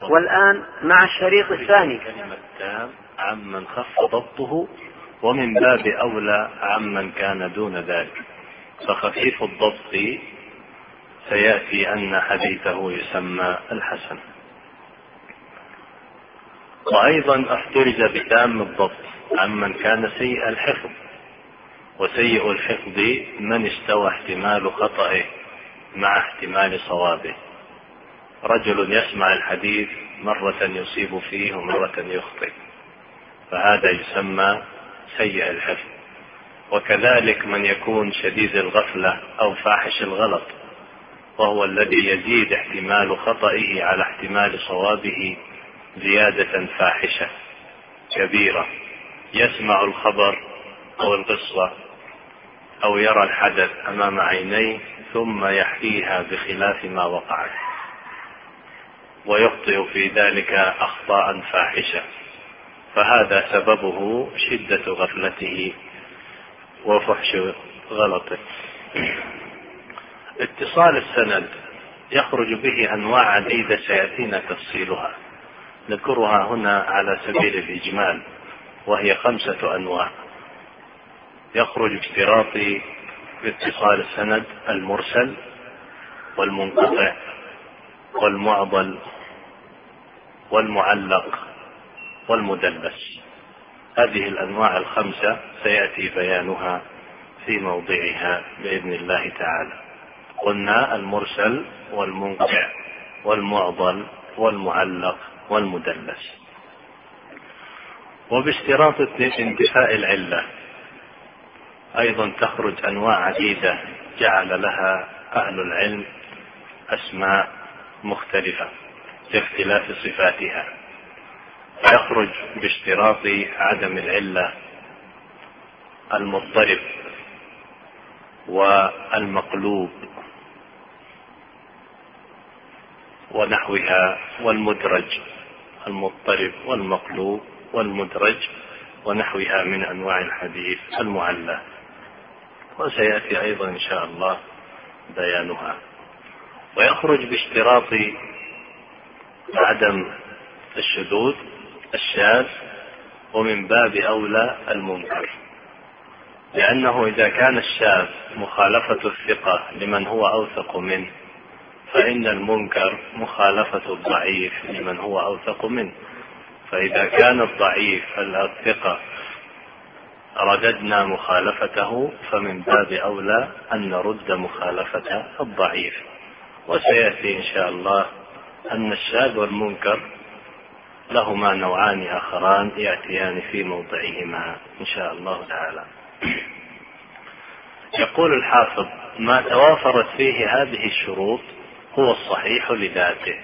والآن مع الشريط الثاني كلمة تام عمن خف ضبطه، ومن باب أولى عمن كان دون ذلك. فخفيف الضبط سيأتي أن حديثه يسمى الحسن. وأيضا احترز بتام الضبط عمن كان سيء الحفظ، وسيء الحفظ من استوى احتمال خطئه مع احتمال صوابه. رجل يسمع الحديث مرة يصيب فيه ومرة يخطئ، فهذا يسمى سيء الحفظ. وكذلك من يكون شديد الغفلة أو فاحش الغلط، وهو الذي يزيد احتمال خطئه على احتمال صوابه زيادة فاحشة كبيرة. يسمع الخبر أو القصة أو يرى الحدث أمام عينيه ثم يحكيها بخلاف ما وقعت، ويخطئ في ذلك أخطاء فاحشة، فهذا سببه شدة غفلته وفحش غلطه. اتصال السند يخرج به أنواع عديدة سيأتينا تفصيلها، نذكرها هنا على سبيل الإجمال، وهي 5 أنواع. يخرج اشتراط باتصال السند المرسل والمنقطع والمعضل والمعلق والمدلس. هذه الأنواع 5 سيأتي بيانها في موضعها بإذن الله تعالى. قلنا المرسل والمنقطع والمعضل والمعلق والمدلس. وباشتراط انتفاء العلة أيضا تخرج أنواع عديدة جعل لها أهل العلم أسماء مختلفة لاختلاف صفاتها. يخرج باشتراط عدم العلة المضطرب والمقلوب ونحوها، والمدرج. المضطرب والمقلوب والمدرج ونحوها من أنواع الحديث المعلى، وسيأتي أيضا إن شاء الله بيانها. ويخرج باشتراط عدم الشذوذ الشاذ، ومن باب أولى المنكر، لأنه إذا كان الشاذ مخالفة الثقة لمن هو أوثق منه، فإن المنكر مخالفة الضعيف لمن هو أوثق منه. فإذا كان الضعيف الثقة رددنا مخالفته، فمن باب أولى أن نرد مخالفة الضعيف. وسيأتي إن شاء الله أن الشاذ والمنكر لهما نوعان آخران يأتيان في موضعهما إن شاء الله تعالى. يقول الحافظ: ما توافرت فيه هذه الشروط هو الصحيح لذاته.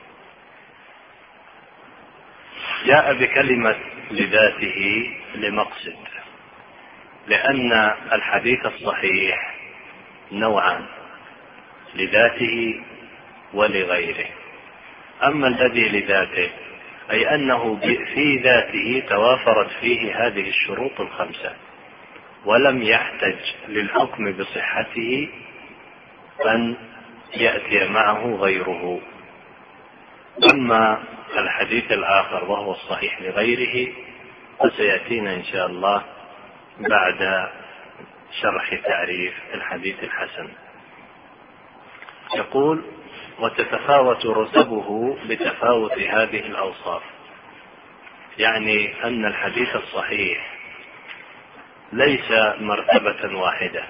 جاء بكلمة لذاته لمقصد، لأن الحديث الصحيح نوعان: لذاته ولغيره. أما الذي لذاته أي أنه في ذاته توافرت فيه هذه الشروط 5 ولم يحتج للحكم بصحته أن يأتي معه غيره. أما الحديث الآخر وهو الصحيح لغيره فسيأتينا إن شاء الله بعد شرح تعريف الحديث الحسن. يقول: وتتفاوت رتبه بتفاوت هذه الأوصاف، يعني أن الحديث الصحيح ليس مرتبة واحدة.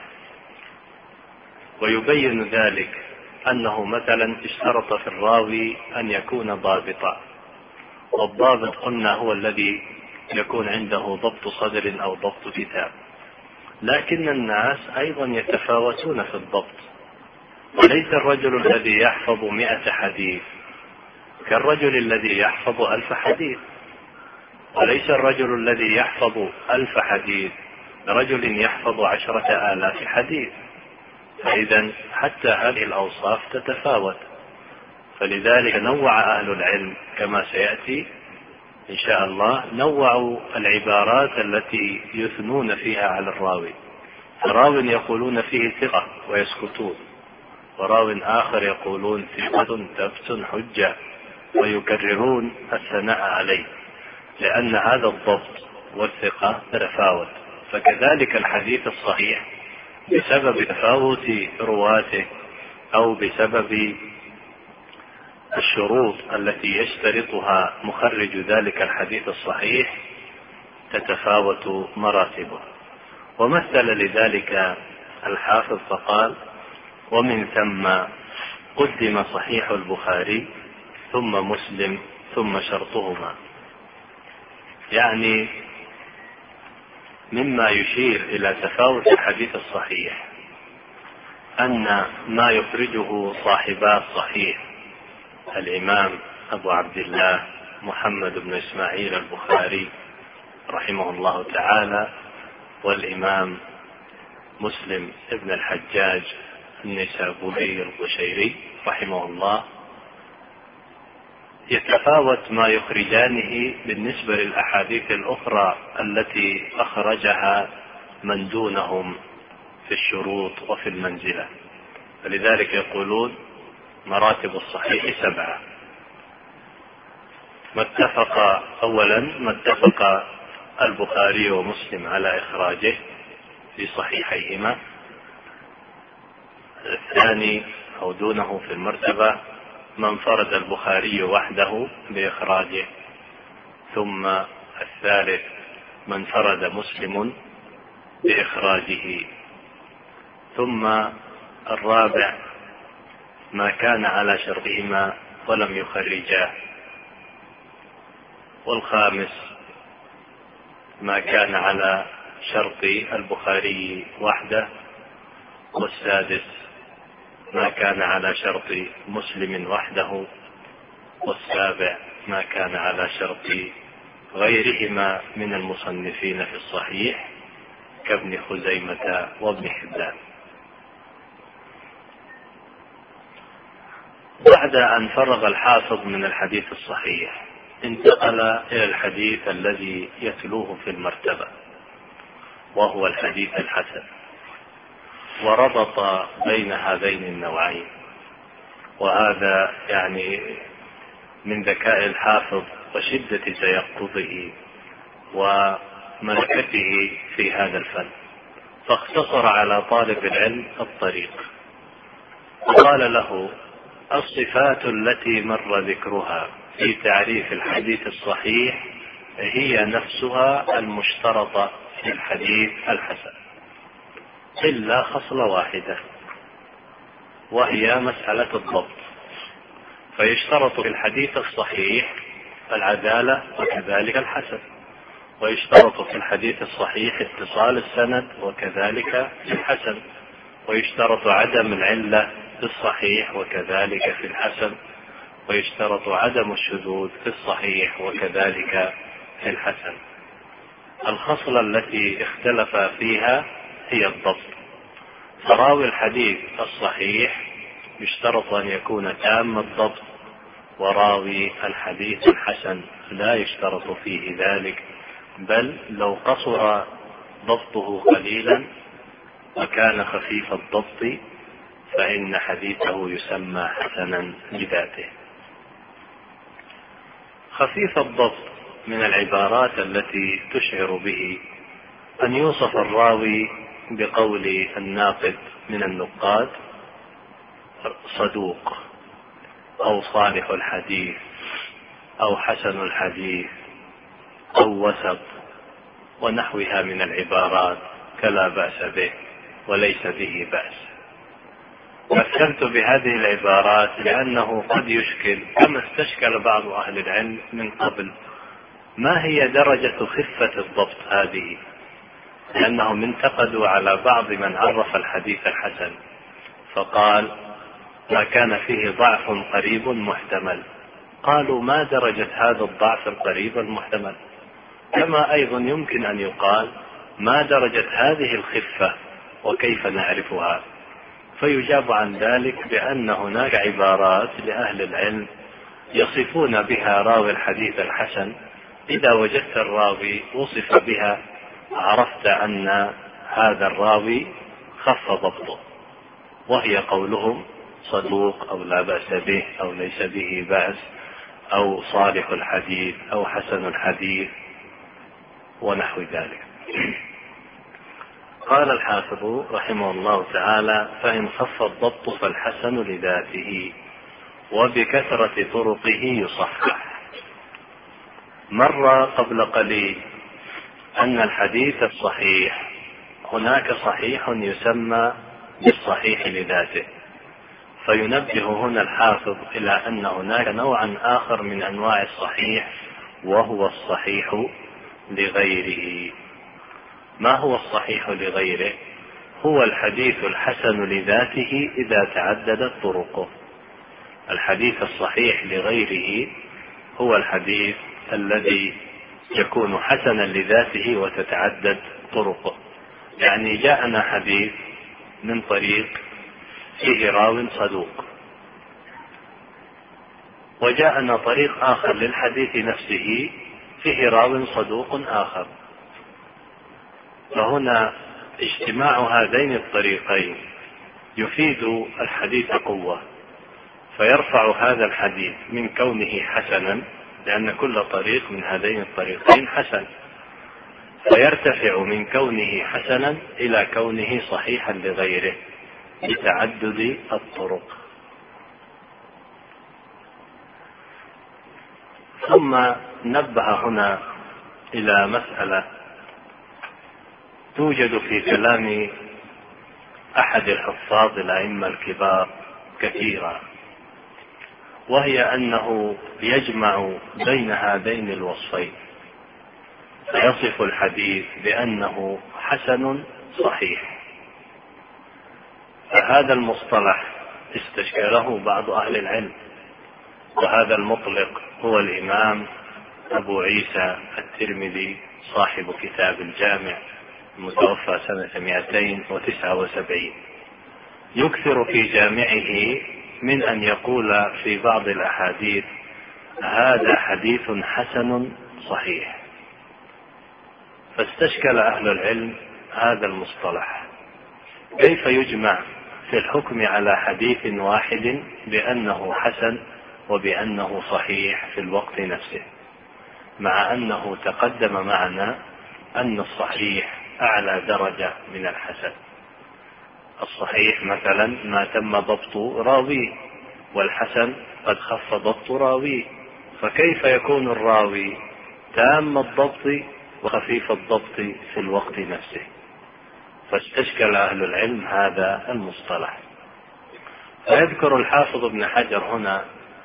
ويبين ذلك أنه مثلا اشترط في الراوي أن يكون ضابطا، والضابط قلنا هو الذي يكون عنده ضبط صدر أو ضبط كتاب، لكن الناس أيضا يتفاوتون في الضبط. وليس الرجل الذي يحفظ 100 حديث كالرجل الذي يحفظ 1000 حديث، وليس الرجل الذي يحفظ 1000 حديث رجل يحفظ 10,000 حديث. فإذا حتى هذه الأوصاف تتفاوت. فلذلك نوع أهل العلم كما سيأتي إن شاء الله، نوعوا العبارات التي يثنون فيها على الراوي. راو يقولون فيه ثقة ويسكتون، وراو آخر يقولون ثقة ثبت حجة، ويكررون الثناء عليه، لأن هذا الضبط والثقة تتفاوت. فكذلك الحديث الصحيح بسبب تفاوت رواته أو بسبب الشروط التي يشترطها مخرج ذلك الحديث الصحيح تتفاوت مراتبه. ومثل لذلك الحافظ فقال: ومن ثم قدم صحيح البخاري ثم مسلم ثم شرطهما. يعني مما يشير إلى تفاوت الحديث الصحيح أن ما يخرجه صاحبا الصحيح الإمام أبو عبد الله محمد بن إسماعيل البخاري رحمه الله تعالى، والإمام مسلم بن الحجاج النسابوري القشيري رحمه الله، يتفاوت ما يخرجانه بالنسبة للأحاديث الأخرى التي أخرجها من دونهم في الشروط وفي المنزلة. فلذلك يقولون مراتب الصحيح 7. ما اتفق البخاري ومسلم على إخراجه في صحيحيهما. الثاني أو دونه في المرتبة ما انفرد البخاري وحده بإخراجه، ثم الثالث ما انفرد مسلم بإخراجه، ثم الرابع ما كان على شرطهما ولم يخرجاه، والخامس ما كان على شرط البخاري وحده، والسادس ما كان على شرط مسلم وحده، والسابع ما كان على شرط غيرهما من المصنفين في الصحيح كابن خزيمة وابن حبان. بعد أن فرغ الحافظ من الحديث الصحيح انتقل إلى الحديث الذي يتلوه في المرتبة، وهو الحديث الحسن، وربط بين هذين النوعين. وهذا يعني من ذكاء الحافظ وشدة تيقظه وملكته في هذا الفن، فاقتصر على طالب العلم الطريق وقال له: الصفات التي مر ذكرها في تعريف الحديث الصحيح هي نفسها المشترطة في الحديث الحسن، إلا خصلة واحدة، وهي مسألة الضبط. فيشترط في الحديث الصحيح العدالة وكذلك الحسن، ويشترط في الحديث الصحيح اتصال السند وكذلك في الحسن، ويشترط عدم العلة في الصحيح وكذلك في الحسن، ويشترط عدم الشذوذ في الصحيح وكذلك في الحسن. الخصلة التي اختلف فيها هي الضبط. فراوي الحديث الصحيح يشترط أن يكون تام الضبط، وراوي الحديث الحسن لا يشترط فيه ذلك، بل لو قصر ضبطه قليلا وكان خفيف الضبط فإن حديثه يسمى حسنا لذاته. خفيف الضبط من العبارات التي تشعر به أن يوصف الراوي بقول الناقد من النقاد: صدوق، أو صالح الحديث، أو حسن الحديث، أو وسط، ونحوها من العبارات كلا بأس به وليس به بأس. مثلت بهذه العبارات لأنه قد يشكل كما استشكل بعض أهل العلم من قبل ما هي درجة خفة الضبط هذه، لأنهم انتقدوا على بعض من عرف الحديث الحسن فقال: ما كان فيه ضعف قريب محتمل. قالوا: ما درجة هذا الضعف القريب المحتمل؟ كما أيضا يمكن أن يقال: ما درجة هذه الخفة وكيف نعرفها؟ فيجاب عن ذلك بأن هناك عبارات لأهل العلم يصفون بها راوي الحديث الحسن، إذا وجدت الراوي وصف بها عرفت أن هذا الراوي خف ضبطه، وهي قولهم: صدوق، أو لا بأس به، أو ليس به بأس، أو صالح الحديث أو حسن الحديث ونحو ذلك. قال الحافظ رحمه الله تعالى: فإن خف الضبط فالحسن لذاته وبكثرة طرقه يصحح. مر قبل قليل أن الحديث الصحيح هناك صحيح يسمى بالصحيح لذاته، فينبه هنا الحافظ إلى أن هناك نوعا آخر من أنواع الصحيح وهو الصحيح لغيره. ما هو الصحيح لغيره؟ هو الحديث الحسن لذاته إذا تعددت طرقه. الحديث الصحيح لغيره هو الحديث الذي يكون حسنا لذاته وتتعدد طرقه. يعني جاءنا حديث من طريق فيه راو صدوق، وجاءنا طريق آخر للحديث نفسه فيه راو صدوق آخر، فهنا اجتماع هذين الطريقين يفيد الحديث قوة، فيرفع هذا الحديث من كونه حسنا، لأن كل طريق من هذين الطريقين حسن، فيرتفع من كونه حسنا إلى كونه صحيحا لغيره لتعدد الطرق. ثم نبه هنا إلى مسألة توجد في كلام أحد الحفاظ الأئمة الكبار كثيرا، وهي أنه يجمع بين هذين الوصفين، فيصف الحديث بأنه حسن صحيح. فهذا المصطلح استشكله بعض أهل العلم، وهذا المطلق هو الإمام أبو عيسى الترمذي صاحب كتاب الجامع المتوفى سنة 279، يكثر في جامعه من أن يقول في بعض الأحاديث: هذا حديث حسن صحيح. فاستشكل أهل العلم هذا المصطلح، كيف يجمع في الحكم على حديث واحد بأنه حسن وبأنه صحيح في الوقت نفسه، مع أنه تقدم معنا أن الصحيح أعلى درجة من الحسن. الصحيح مثلا ما تم ضبط راويه، والحسن قد خف ضبط راويه، فكيف يكون الراوي تام الضبط وخفيف الضبط في الوقت نفسه؟ فاستشكل أهل العلم هذا المصطلح. فيذكر الحافظ ابن حجر هنا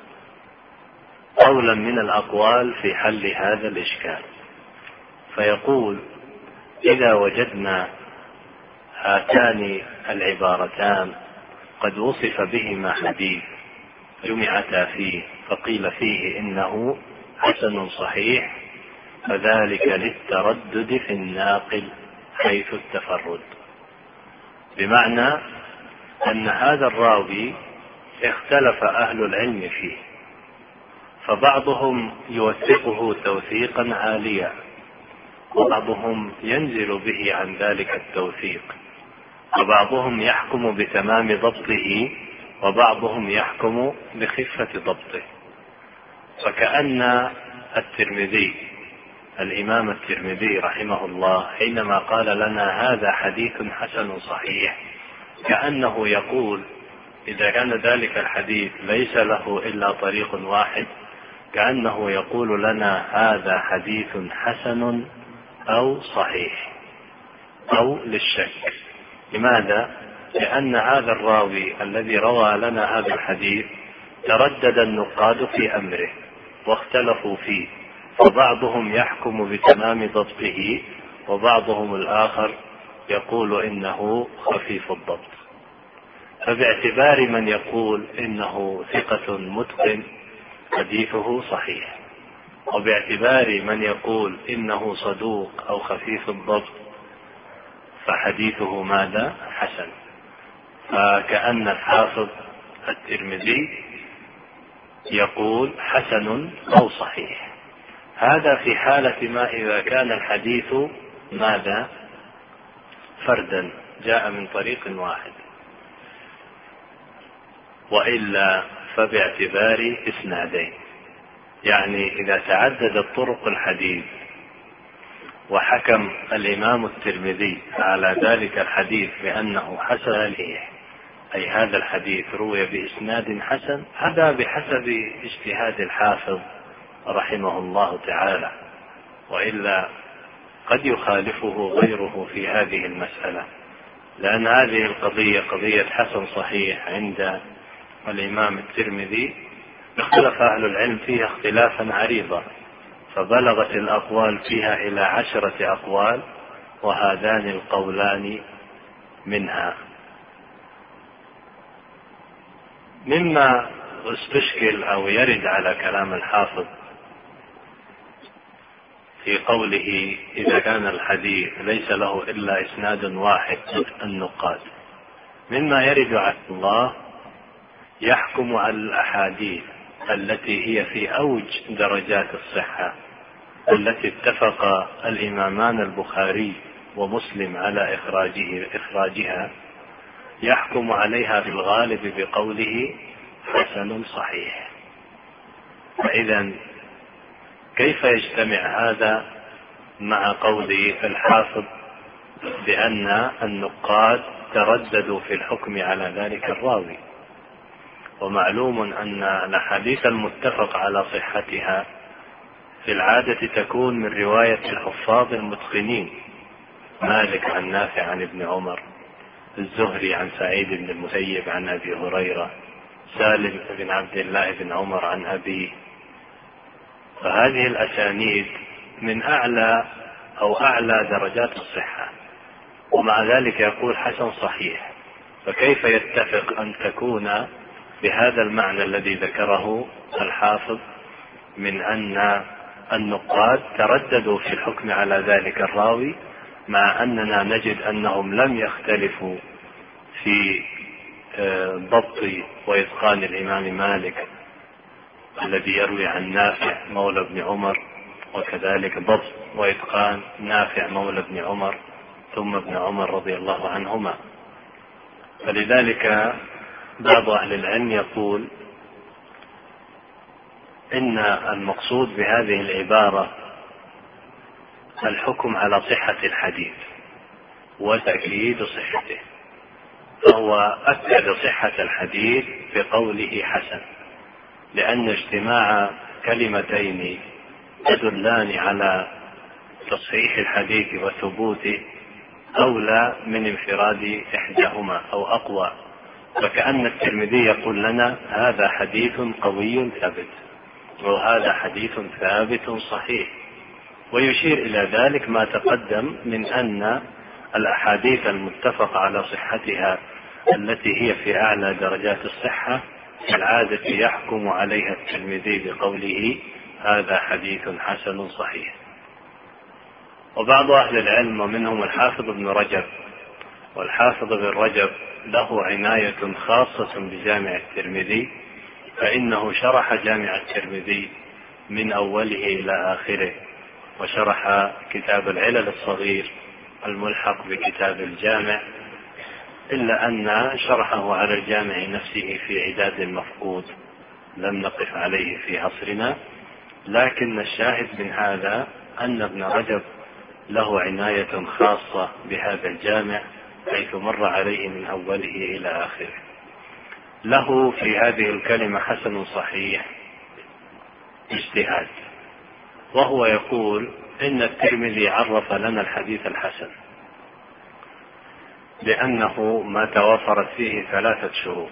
قولا من الأقوال في حل هذا الإشكال، فيقول: إذا وجدنا هاتان العبارتان قد وصف بهما حديث جمعتا فيه فقيل فيه إنه حسن صحيح، فذلك للتردد في الناقل حيث التفرد، بمعنى أن هذا الراوي اختلف أهل العلم فيه، فبعضهم يوثقه توثيقا عاليا، وبعضهم ينزل به عن ذلك التوثيق، وبعضهم يحكم بتمام ضبطه وبعضهم يحكم بخفة ضبطه. فكأن الترمذي الإمام الترمذي رحمه الله حينما قال لنا هذا حديث حسن صحيح، كأنه يقول إذا كان ذلك الحديث ليس له إلا طريق واحد، كأنه يقول لنا هذا حديث حسن أو صحيح أو للشك. لماذا؟ لأن هذا الراوي الذي روى لنا هذا الحديث تردد النقاد في أمره واختلفوا فيه، فبعضهم يحكم بتمام ضبطه وبعضهم الآخر يقول إنه خفيف الضبط. فباعتبار من يقول إنه ثقة متقن حديثه صحيح، وباعتبار من يقول إنه صدوق أو خفيف الضبط فحديثه ماذا؟ حسن. فكأن الحافظ الترمذي يقول حسن أو صحيح. هذا في حالة ما إذا كان الحديث ماذا؟ فردا جاء من طريق واحد، وإلا فباعتبار إسنادين. يعني إذا تعددت طرق الحديث وحكم الإمام الترمذي على ذلك الحديث بأنه حسن صحيح، أي هذا الحديث روي بإسناد حسن، هذا بحسب اجتهاد الحافظ رحمه الله تعالى، وإلا قد يخالفه غيره في هذه المسألة، لأن هذه القضية قضية حسن صحيح عند الإمام الترمذي اختلف أهل العلم فيها اختلافا عريضا، فبلغت الأقوال فيها إلى 10 أقوال، وهذان القولان منها. مما استشكل أو يرد على كلام الحافظ في قوله إذا كان الحديث ليس له إلا إسناد واحد النقاد، مما يرد على الله يحكم على الأحاديث التي هي في أوج درجات الصحة التي اتفق الإمامان البخاري ومسلم على إخراجها، يحكم عليها في الغالب بقوله حسن صحيح. فإذا كيف يجتمع هذا مع قول الحافظ بأن النقاد ترددوا في الحكم على ذلك الراوي؟ ومعلوم أن الأحاديث المتفق على صحتها في العادة تكون من رواية الحفاظ المتقنين، مالك عن نافع عن ابن عمر، الزهري عن سعيد بن المسيب عن أبي هريرة، سالم بن عبد الله بن عمر عن أبيه. فهذه الأسانيد من أعلى درجات الصحة، ومع ذلك يقول حسن صحيح. فكيف يتفق أن تكون بهذا المعنى الذي ذكره الحافظ من أن النقاد ترددوا في الحكم على ذلك الراوي، مع أننا نجد أنهم لم يختلفوا في ضبط وإتقان الإمام مالك الذي يروي عن نافع مولى ابن عمر، وكذلك ضبط وإتقان نافع مولى ابن عمر ثم ابن عمر رضي الله عنهما. فلذلك بعض أهل العلم يقول إن المقصود بهذه العبارة الحكم على صحة الحديث وتأكيد صحته، فهو أكد صحة الحديث بقوله حسن، لأن اجتماع كلمتين تدلان على تصحيح الحديث وثبوته أولى من انفراد إحداهما أو أقوى. فكأن الترمذي يقول لنا هذا حديث قوي ثابت، وهذا حديث ثابت صحيح، ويشير إلى ذلك ما تقدم من أن الأحاديث المتفق على صحتها التي هي في أعلى درجات الصحة العادة يحكم عليها الترمذي بقوله هذا حديث حسن صحيح. وبعض أهل العلم ومنهم الحافظ ابن رجب، والحافظ ابن رجب له عناية خاصة بجامع الترمذي، فإنه شرح جامع الترمذي من أوله إلى آخره، وشرح كتاب العلل الصغير الملحق بكتاب الجامع، إلا أن شرحه على الجامع نفسه في عداد المفقود لم نقف عليه في عصرنا، لكن الشاهد من هذا أن ابن رجب له عناية خاصة بهذا الجامع، حيث مر عليه من أوله إلى آخره. له في هذه الكلمة حسن صحيح اجتهاد، وهو يقول إن الترمذي عرف لنا الحديث الحسن لأنه ما توافرت فيه 3 شروط: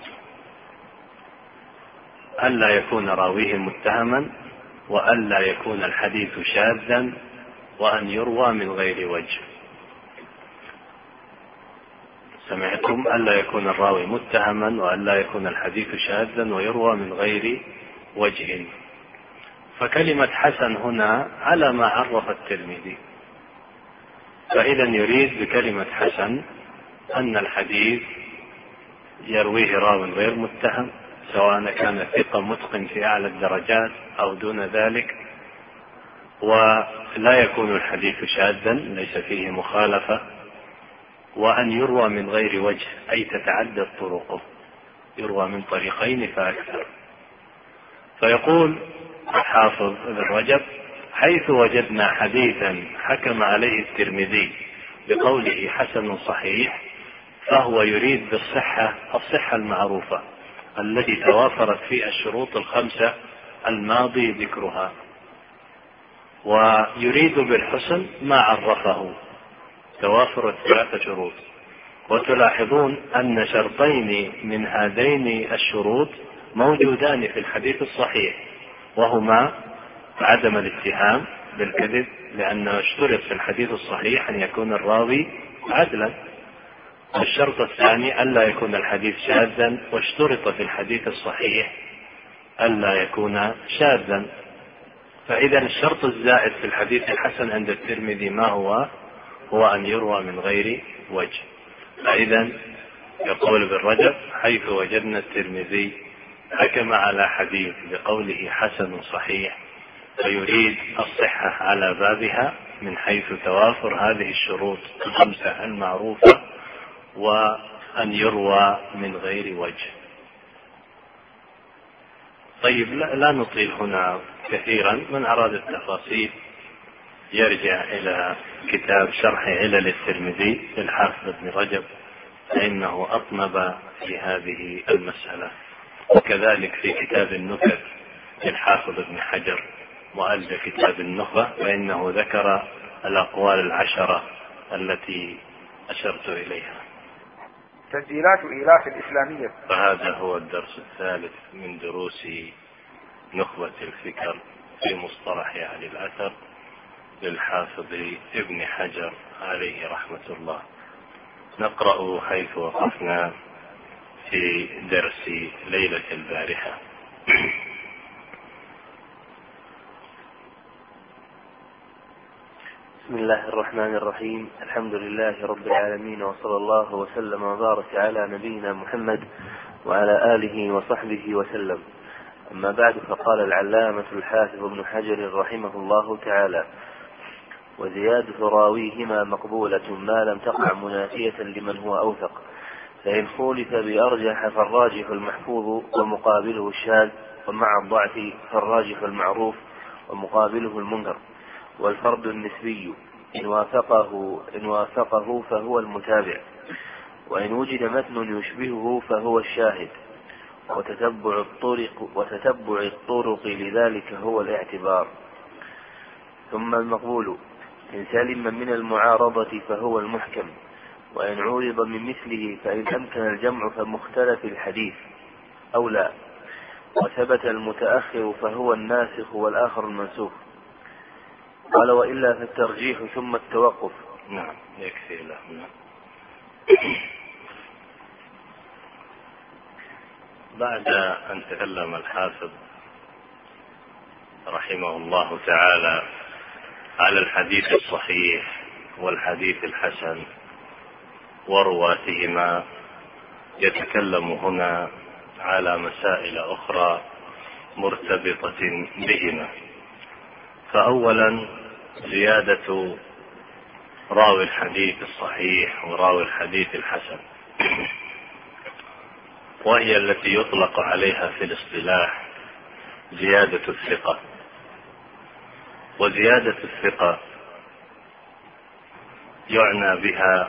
ألا يكون راويه متهما، وألا يكون الحديث شاذا، وأن يروى من غير وجه. سمعتم؟ ألا يكون الراوي متهما، وألا يكون الحديث شاذا، ويروى من غير وجه. فكلمة حسن هنا على ما عرف الترمذي، فإذا يريد بكلمة حسن أن الحديث يرويه راو غير متهم، سواء كان ثقة متقن في أعلى الدرجات أو دون ذلك، ولا يكون الحديث شاذا ليس فيه مخالفة، وأن يروى من غير وجه أي تتعدد طرقه، يروى من طريقين فأكثر. فيقول الحافظ ابن رجب: حيث وجدنا حديثا حكم عليه الترمذي بقوله حسن صحيح فهو يريد الصحة المعروفة التي توافرت في الشروط الخمسة الماضي ذكرها، ويريد بالحسن ما عرفه توافر الثلاث شروط. وتلاحظون أن شرطين من هذين الشروط موجودان في الحديث الصحيح، وهما عدم الاتهام بالكذب، لأنه اشترط في الحديث الصحيح أن يكون الراوي عدلا، والشرط الثاني ألا يكون الحديث شاذا، واشترط في الحديث الصحيح ألا يكون شاذا. فإذا الشرط الزائد في الحديث الحسن عند الترمذي ما هو أن يروى من غير وجه. فإذا يقول ابن رجب: حيث وجدنا الترمذي حكم على حديث بقوله حسن صحيح فيريد الصحة على بابها من حيث توافر هذه الشروط الخمسة المعروفة، وأن يروى من غير وجه. طيب، لا نطيل هنا كثيرا. من أراد التفاصيل يرجع إلى كتاب شرح علل الترمذي للحافظ ابن رجب، فإنه أطنب في هذه المسألة، وكذلك في كتاب النكت للحافظ ابن حجر مؤلف كتاب النخبة، فإنه ذكر الأقوال العشرة التي أشرت إليها. تسجيلات إيلاف الإسلامية. فهذا هو الدرس الثالث من دروس نخبة الفكر في مصطلح أهل الأثر للحافظ ابن حجر عليه رحمة الله. نقرأ حيث وقفنا في درس ليلة البارحة. بسم الله الرحمن الرحيم. الحمد لله رب العالمين، وصلى الله وسلم وبارك على نبينا محمد وعلى آله وصحبه وسلم. أما بعد، فقال العلامة الحافظ ابن حجر رحمه الله تعالى: وزيادة راويهما مقبولة ما لم تقع منافية لمن هو أوثق، فإن خولف بأرجح فالراجح المحفوظ ومقابله الشاذ، ومع الضعف فالراجح المعروف ومقابله المنكر، والفرد النسبي إن وافقه فهو المتابع، وإن وجد متن يشبهه فهو الشاهد، وتتبع الطرق لذلك هو الاعتبار. ثم المقبول إن سلم من المعارضة فهو المحكم، وإن عورض من مثله فإن أمكن الجمع فمختلف الحديث أو لا، وثبت المتأخر فهو الناسخ والآخر المنسوخ. قال: وإلا فالترجيح ثم التوقف. نعم، يكفي له. بعد أن تكلم الحافظ رحمه الله تعالى على الحديث الصحيح والحديث الحسن ورواتهما، يتكلم هنا على مسائل أخرى مرتبطة بهما. فأولا زيادة راوي الحديث الصحيح وراوي الحديث الحسن، وهي التي يطلق عليها في الاصطلاح زيادة الثقة. وزيادة الثقة يعنى بها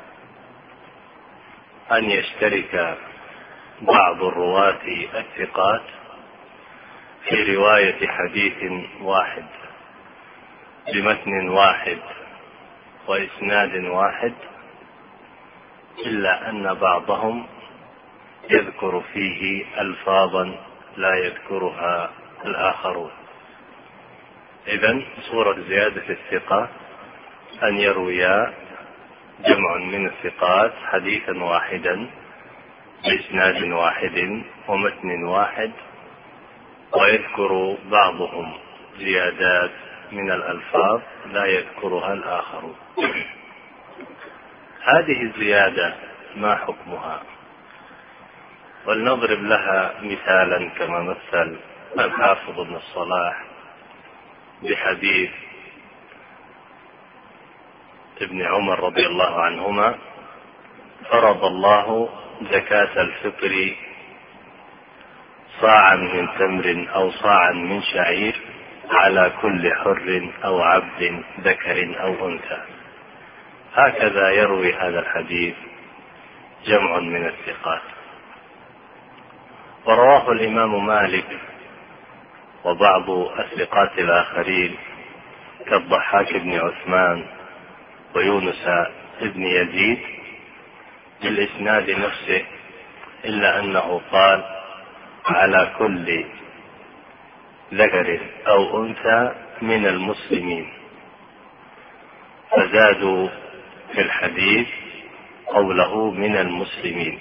أن يشترك بعض الرواة الثقات في رواية حديث واحد بمتن واحد وإسناد واحد، إلا أن بعضهم يذكر فيه ألفاظا لا يذكرها الآخرون. إذن صورة زيادة الثقة أن يروي جمع من الثقات حديثا واحدا بإسناد واحد ومتن واحد، ويذكر بعضهم زيادات من الألفاظ لا يذكرها الآخرون. هذه الزيادة ما حكمها؟ ولنضرب لها مثالا كما مثل الحافظ ابن الصلاح بحديث ابن عمر رضي الله عنهما: فرض الله زكاة الفطر صاعا من تمر أو صاعا من شعير على كل حر أو عبد ذكر أو أنثى. هكذا يروي هذا الحديث جمع من الثقات. ورواه الإمام مالك وبعض الثقات الآخرين كالضحاك بن عثمان ويونس بن يزيد بالإسناد نفسه، إلا أنه قال على كل ذكر أو أنثى من المسلمين، فزادوا في الحديث قوله من المسلمين،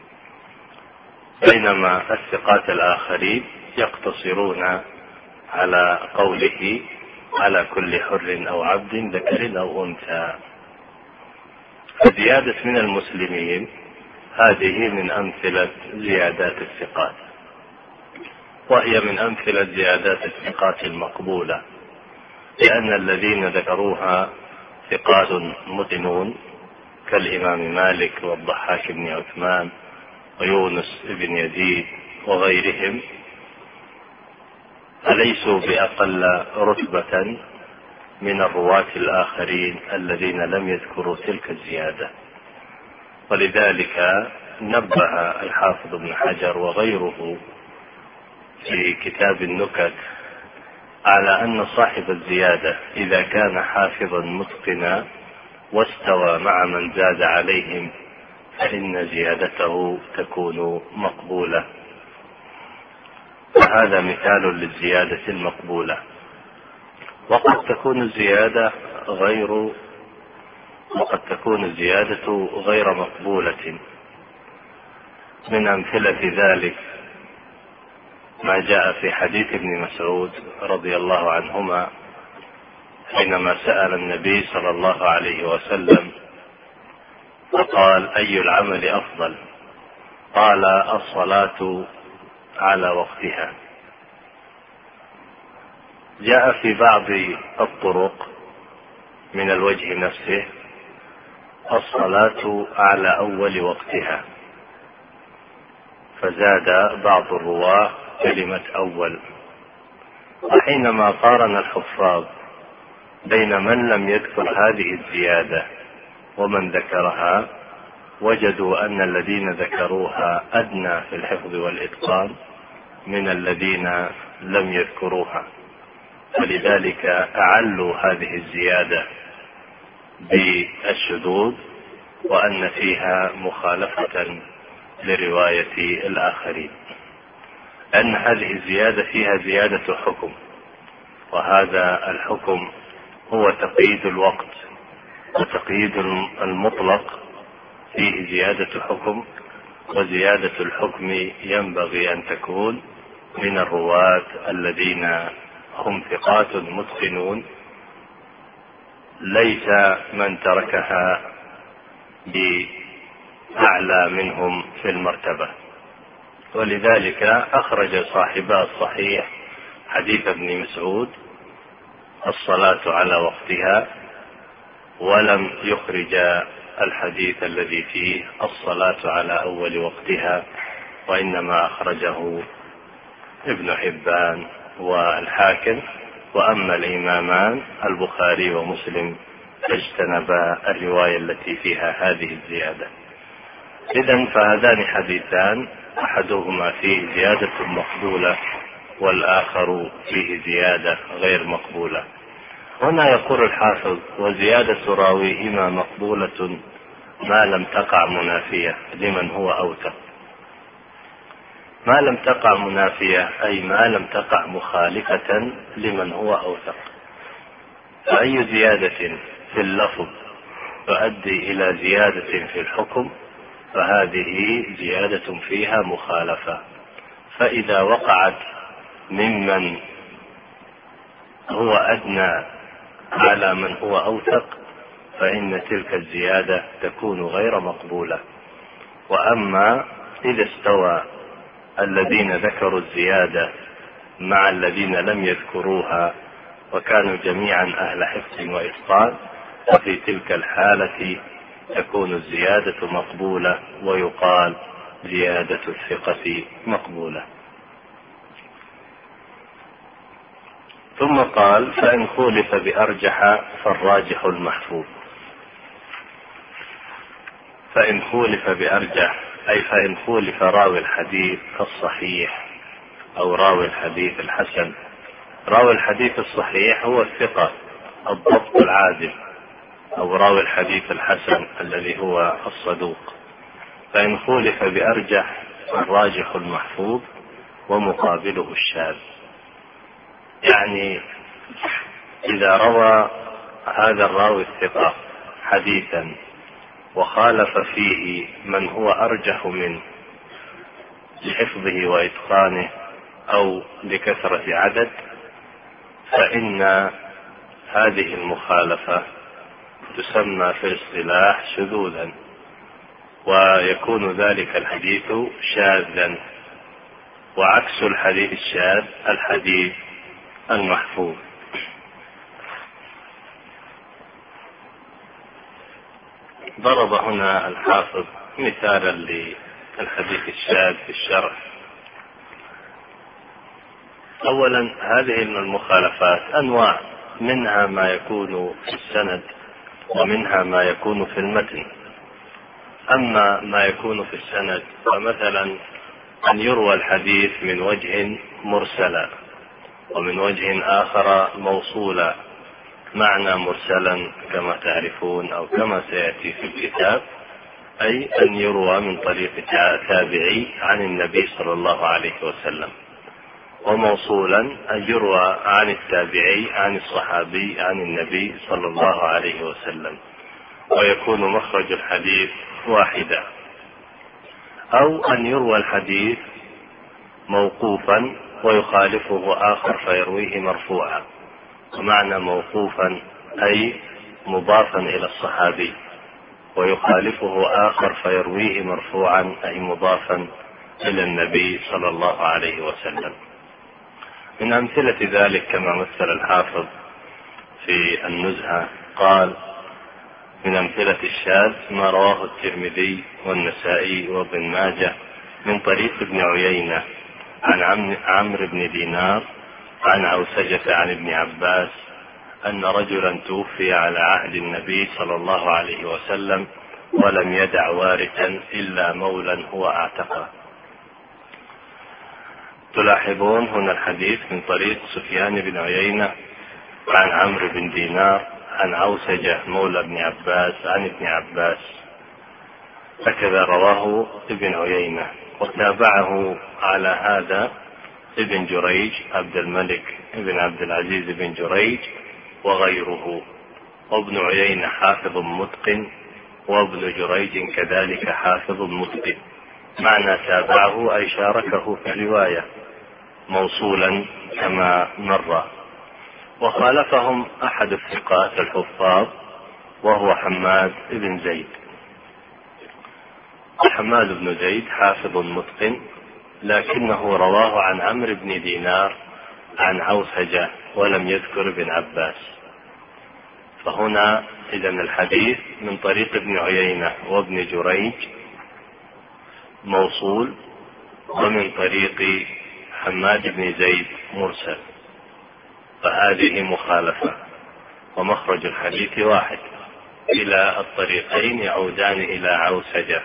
بينما الثقات الآخرين يقتصرون على قوله على كل حر أو عبد ذكر أو أنثى. فزيادة من المسلمين هذه من أمثلة زيادات الثقات، وهي من أمثلة زيادات الثقات المقبولة، لأن الذين ذكروها ثقات متقنون كالإمام مالك والضحاك بن عثمان ويونس بن يزيد وغيرهم، أليسوا بأقل رتبة من الرواة الآخرين الذين لم يذكروا تلك الزيادة. ولذلك نبه الحافظ ابن حجر وغيره في كتاب النكت على أن صاحب الزيادة إذا كان حافظا متقنا واستوى مع من زاد عليهم فإن زيادته تكون مقبولة. فهذا مثال للزيادة المقبولة. وقد تكون الزيادة غير مقبولة. من أمثلة ذلك ما جاء في حديث ابن مسعود رضي الله عنهما حينما سأل النبي صلى الله عليه وسلم فقال أي العمل أفضل؟ قال الصلاة على وقتها. جاء في بعض الطرق من الوجه نفسه الصلاة على أول وقتها، فزاد بعض الرواة كلمة أول. وحينما قارن الحفاظ بين من لم يذكر هذه الزيادة ومن ذكرها وجدوا أن الذين ذكروها أدنى في الحفظ والإتقان من الذين لم يذكروها، فلذلك أعلوا هذه الزيادة بالشذوذ وأن فيها مخالفة لرواية الآخرين، أن هذه الزيادة فيها زيادة حكم، وهذا الحكم هو تقييد الوقت، وتقييد المطلق فيه زيادة حكم، وزيادة الحكم ينبغي أن تكون من الرواة الذين هم ثقات متقنون، ليس من تركها بأعلى منهم في المرتبة. ولذلك أخرج صاحبا الصحيح حديث ابن مسعود الصلاة على وقتها، ولم يخرج الحديث الذي فيه الصلاة على أول وقتها، وإنما أخرجه ابن حبان والحاكم. وأما الإمامان البخاري ومسلم فاجتنبا الرواية التي فيها هذه الزيادة. إذن فهذان حديثان أحدهما فيه زيادة مقبولة والآخر فيه زيادة غير مقبولة. هنا يقول الحافظ وزيادة راويهما مقبولة ما لم تقع منافية لمن هو أوثق. ما لم تقع منافية أي ما لم تقع مخالفة لمن هو أوثق. فأي زيادة في اللفظ تؤدي إلى زيادة في الحكم فهذه زيادة فيها مخالفة. فإذا وقعت ممن هو أدنى على من هو أوثق فإن تلك الزيادة تكون غير مقبولة. وأما إذا استوى الذين ذكروا الزيادة مع الذين لم يذكروها وكانوا جميعا أهل حفظ وإتقان ففي تلك الحالة تكون الزيادة مقبولة ويقال زيادة الثقة مقبولة. ثم قال فإن خولف بأرجح فالراجح المحفوظ. فإن خولف بأرجح أي فإن خولف راوي الحديث الصحيح أو راوي الحديث الحسن. راوي الحديث الصحيح هو الثقة الضبط العادل، أو راوي الحديث الحسن الذي هو الصدوق. فإن خولف بأرجح فالراجح المحفوظ ومقابله الشاذ. يعني إذا روى هذا الراوي الثقة حديثا وخالف فيه من هو أرجح منه لحفظه وإتقانه أو لكثرة عدد، فإن هذه المخالفة تسمى في الاصطلاح شذوذا، ويكون ذلك الحديث شاذا. وعكس الحديث الشاذ الحديث المحفوظ. ضرب هنا الحافظ مثالا للحديث الشاذ في الشرح. أولا هذه المخالفات أنواع، منها ما يكون في السند ومنها ما يكون في المتن. أما ما يكون في السند فمثلا أن يروى الحديث من وجه مرسلا ومن وجه آخر موصولا. معنى مرسلا كما تعرفون أو كما سيأتي في الكتاب أي أن يروى من طريق تابعي عن النبي صلى الله عليه وسلم، وموصولا أن يروى عن التابعي عن الصحابي عن النبي صلى الله عليه وسلم، ويكون مخرج الحديث واحدا. أو أن يروى الحديث موقوفا ويخالفه آخر فيرويه مرفوعا. ومعنى موقوفا أي مضافا إلى الصحابي، ويخالفه آخر فيرويه مرفوعا أي مضافا إلى النبي صلى الله عليه وسلم. من أمثلة ذلك كما مثل الحافظ في النزهة قال من أمثلة الشاذ ما رواه الترمذي والنسائي وابن ماجه من طريق ابن عيينة عن عمرو بن دينار عن عوسجة عن ابن عباس أن رجلا توفي على عهد النبي صلى الله عليه وسلم ولم يدع وارثا إلا مولا هو اعتقه. تلاحظون هنا الحديث من طريق سفيان بن عيينة عن عمرو بن دينار عن عوسجة مولى ابن عباس عن ابن عباس، هكذا رواه ابن عيينة. وتابعه على هذا ابن جريج عبد الملك ابن عبد العزيز بن جريج وغيره. وابن عيينة حافظ متقن وابن جريج كذلك حافظ متقن. معنى تابعه أي شاركه في الرواية موصولا كما مر. وخالفهم أحد الثقات الحفاظ وهو حماد بن زيد. حماد بن زيد حافظ متقن لكنه رواه عن عمرو بن دينار عن عوسجة ولم يذكر ابن عباس. فهنا إذن الحديث من طريق ابن عيينة وابن جريج موصول، ومن طريق حماد بن زيد مرسل، فهذه مخالفة ومخرج الحديث واحد. إلى الطريقين يعودان إلى عوسجة.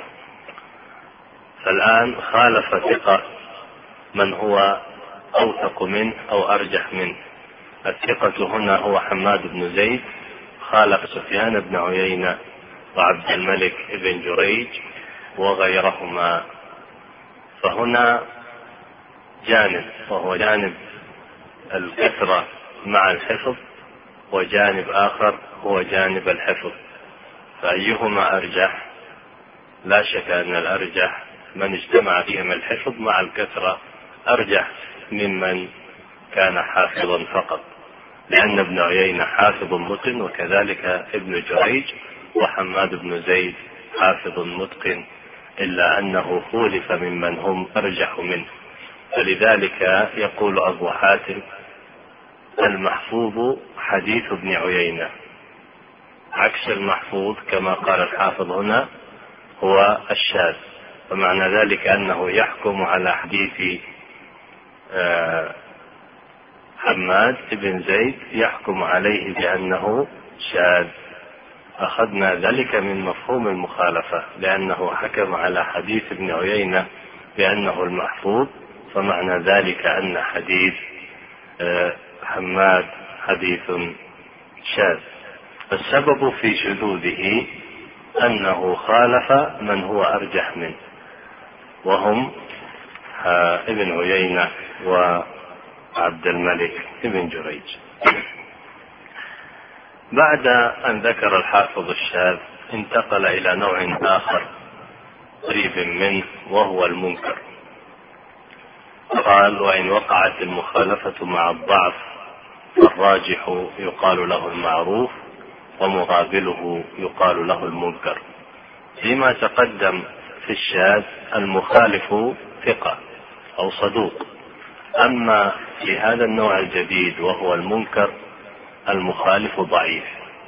فالآن خالف ثقة من هو أوثق منه أو أرجح منه. الثقة هنا هو حماد بن زيد، خالف سفيان بن عيينة وعبد الملك بن جريج وغيرهما. فهنا جانب وهو جانب الكثرة مع الحفظ، وجانب آخر هو جانب الحفظ. فأيهما أرجح؟ لا شك أن الأرجح من اجتمع فيهم الحفظ مع الكثرة أرجح ممن كان حافظا فقط، لأن ابن عيينة حافظ متقن وكذلك ابن جريج، وحماد بن زيد حافظ متقن، إلا أنه خولف ممن هم أرجح منه. فلذلك يقول أبو حاتم المحفوظ حديث ابن عيينة، عكس المحفوظ كما قال الحافظ هنا هو الشاذ. ومعنى ذلك أنه يحكم على حماد بن زيد يحكم عليه بأنه شاذ. أخذنا ذلك من مفهوم المخالفة، لأنه حكم على حديث ابن عيينة بأنه المحفوظ، فمعنى ذلك أن حديث حماد حديث شاذ. السبب في شذوذه أنه خالف من هو أرجح منه، وهم ابن عيينة وعبد الملك بن جريج. بعد أن ذكر الحافظ الشاذ انتقل إلى نوع آخر قريب منه وهو المنكر. قال: وإن وقعت المخالفة مع الضعف فالراجح يقال له المعروف ومقابله يقال له المنكر. فيما تقدم في الشاذ المخالف ثقة أو صدوق، أما في هذا النوع الجديد وهو المنكر المخالف ضعيف.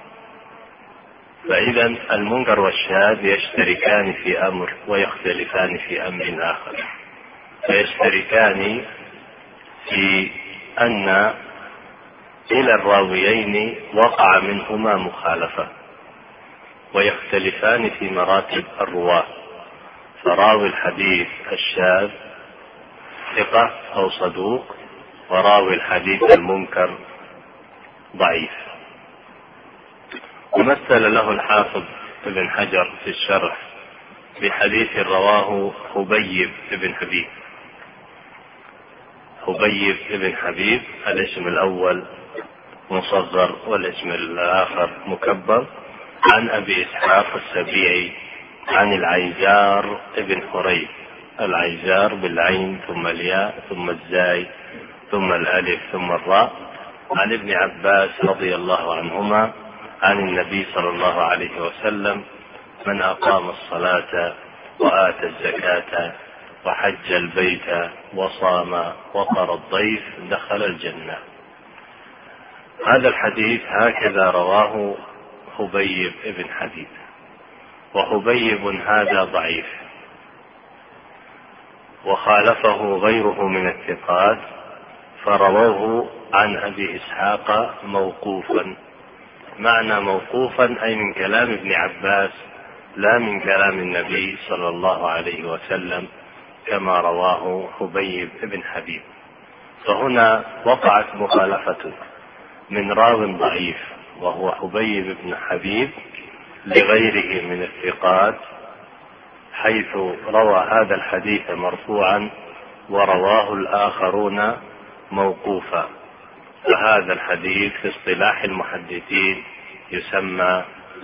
فإذا المنكر والشاذ يشتركان في أمر ويختلفان في أمر آخر. فيشتركان في أن إلى الراويين وقع منهما مخالفة، ويختلفان في مراتب الرواة. فراوي الحديث الشاذ ثقة أو صدوق، وراوي الحديث المنكر ضعيف. ومثل له الحافظ ابن حجر في الشرح بحديث رواه حبيب بن حبيب. حبيب بن حبيب الاسم الأول مصغر والاسم الآخر مكبر، عن أبي إسحاق السبيعي عن العيزار بن حريث. العيزار بالعين ثم الياء ثم الزاي ثم الألف ثم الراء، عن ابن عباس رضي الله عنهما عن النبي صلى الله عليه وسلم: من أقام الصلاة وآتى الزكاة وحج البيت وصام وقر الضيف دخل الجنة. هذا الحديث هكذا رواه حبيب بن حبيب، وحبيب هذا ضعيف، وخالفه غيره من الثقات فرووه عن أبي إسحاق موقوفا. معنى موقوفا أي من كلام ابن عباس لا من كلام النبي صلى الله عليه وسلم كما رواه حبيب بن حبيب. فهنا وقعت مخالفة من راو ضعيف وهو حبيب بن حبيب لغيره من الثقات، حيث روى هذا الحديث مرفوعا ورواه الآخرون موقوفا. فهذا الحديث في اصطلاح المحدثين يسمى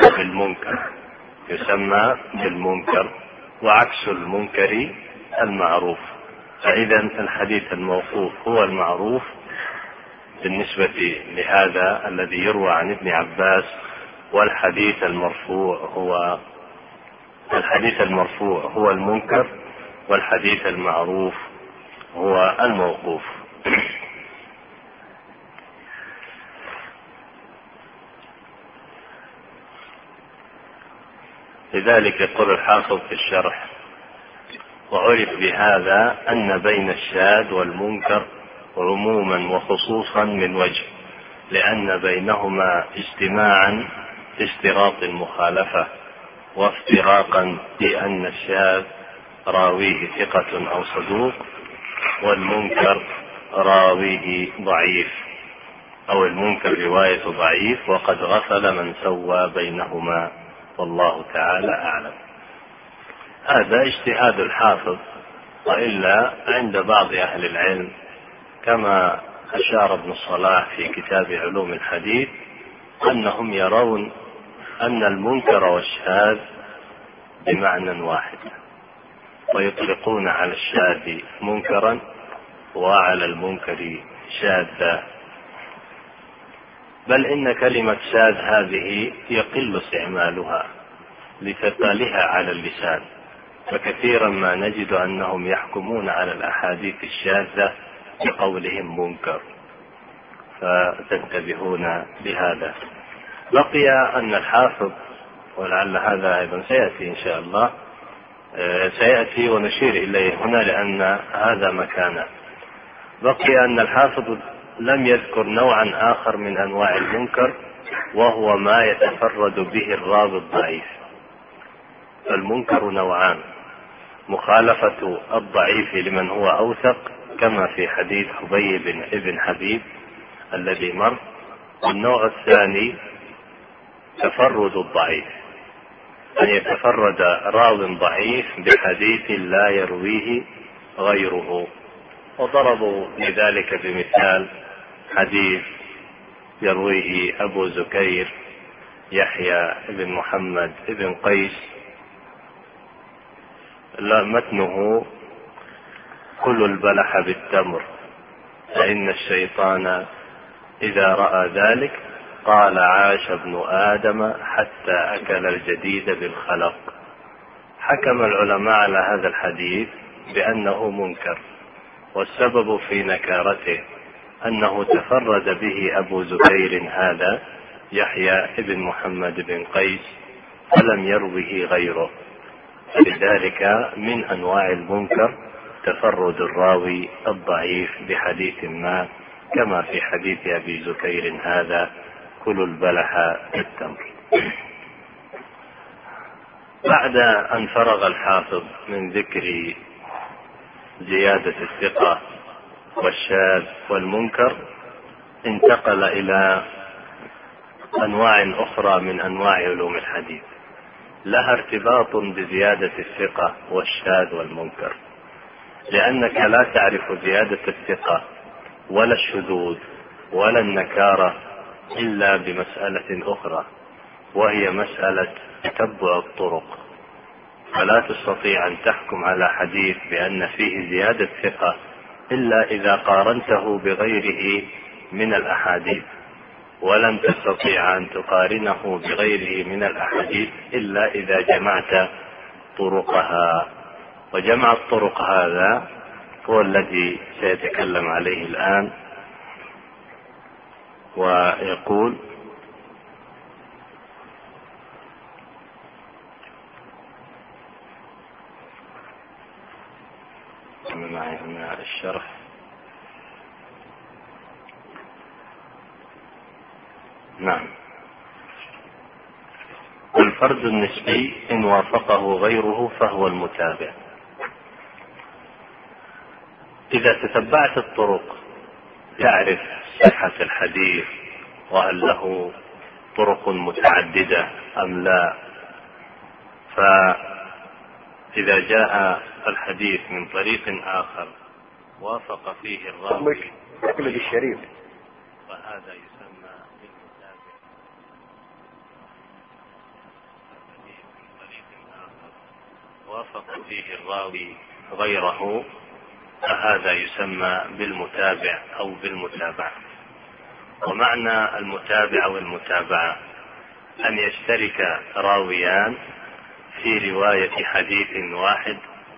بالمنكر، وعكس المنكر المعروف. فإذا الحديث الموقوف هو المعروف بالنسبة لهذا الذي يروى عن ابن عباس، والحديث المرفوع هو المنكر، والحديث المعروف هو الموقوف. لذلك يقول الحافظ في الشرح: وعرف بهذا أن بين الشاذ والمنكر عموما وخصوصا من وجه، لأن بينهما اجتماعا في اشتراط المخالفة، وافتراقا بأن الشاذ راويه ثقة أو صدوق، والمنكر راويه ضعيف، أو المنكر رواية ضعيف، وقد غفل من سوى بينهما، والله تعالى أعلم. هذا اجتهاد الحافظ، وإلا عند بعض أهل العلم كما أشار ابن الصلاح في كتاب علوم الحديث أنهم يرون أن المنكر والشاذ بمعنى واحد، ويطلقون على الشاذ منكرا وعلى المنكر شاذا. بل إن كلمة شاذ هذه يقل استعمالها لثقلها على اللسان، فكثيرا ما نجد أنهم يحكمون على الأحاديث الشاذة بقولهم منكر، فتنتبهون بهذا. بقي أن الحافظ، ولعل هذا أيضا سيأتي إن شاء الله، سيأتي ونشير إليه هنا لأن هذا مكانه. بقي أن الحافظ لم يذكر نوعا آخر من أنواع المنكر وهو ما يتفرد به الراوي الضعيف. المنكر نوعان: مخالفة الضعيف لمن هو أوثق كما في حديث حبي بن حبيب الذي مر، والنوع الثاني تفرد الضعيف، أن يتفرد راو ضعيف بحديث لا يرويه غيره. وضربوا لذلك بمثال حديث يرويه أبو زكير يحيى بن محمد بن قيس متنه: كل البلح بالتمر فإن الشيطان إذا رأى ذلك قال عاش ابن آدم حتى أكل الجديد بالخلق. حكم العلماء على هذا الحديث بأنه منكر، والسبب في نكارته أنه تفرد به أبو زكير هذا يحيى بن محمد بن قيس فلم يروه غيره، فلذلك من أنواع المنكر تفرد الراوي الضعيف بحديث ما، كما في حديث أبي زكير هذا: كل البلح بالتمر. بعد أن فرغ الحافظ من ذكر زيادة الثقة والشاذ والمنكر، انتقل إلى أنواع أخرى من أنواع علوم الحديث لها ارتباط بزيادة الثقة والشاذ والمنكر، لأنك لا تعرف زيادة الثقة ولا الشذوذ ولا النكارة إلا بمسألة أخرى، وهي مسألة تتبع الطرق. فلا تستطيع أن تحكم على حديث بأن فيه زيادة ثقة إلا إذا قارنته بغيره من الأحاديث، ولن تستطيع أن تقارنه بغيره من الأحاديث إلا إذا جمعت طرقها. وجمع الطرق هذا هو الذي سيتكلم عليه الآن، ويقول: معي هنا الشرح. نعم. الفرد النسبي إن وافقه غيره فهو المتابع. إذا تتبعت الطرق تعرف صحة الحديث وهل له طرق متعددة أم لا. فإذا جاء الحديث من طريق آخر وافق فيه الراوي الشريف فهذا يسمى بالمتابع. حديث من طريق آخر وافق فيه الراوي غيره فهذا يسمى بالمتابع أو بالمتابعة. ومعنى المتابع والمتابعة أن يشترك راويان في رواية حديث واحد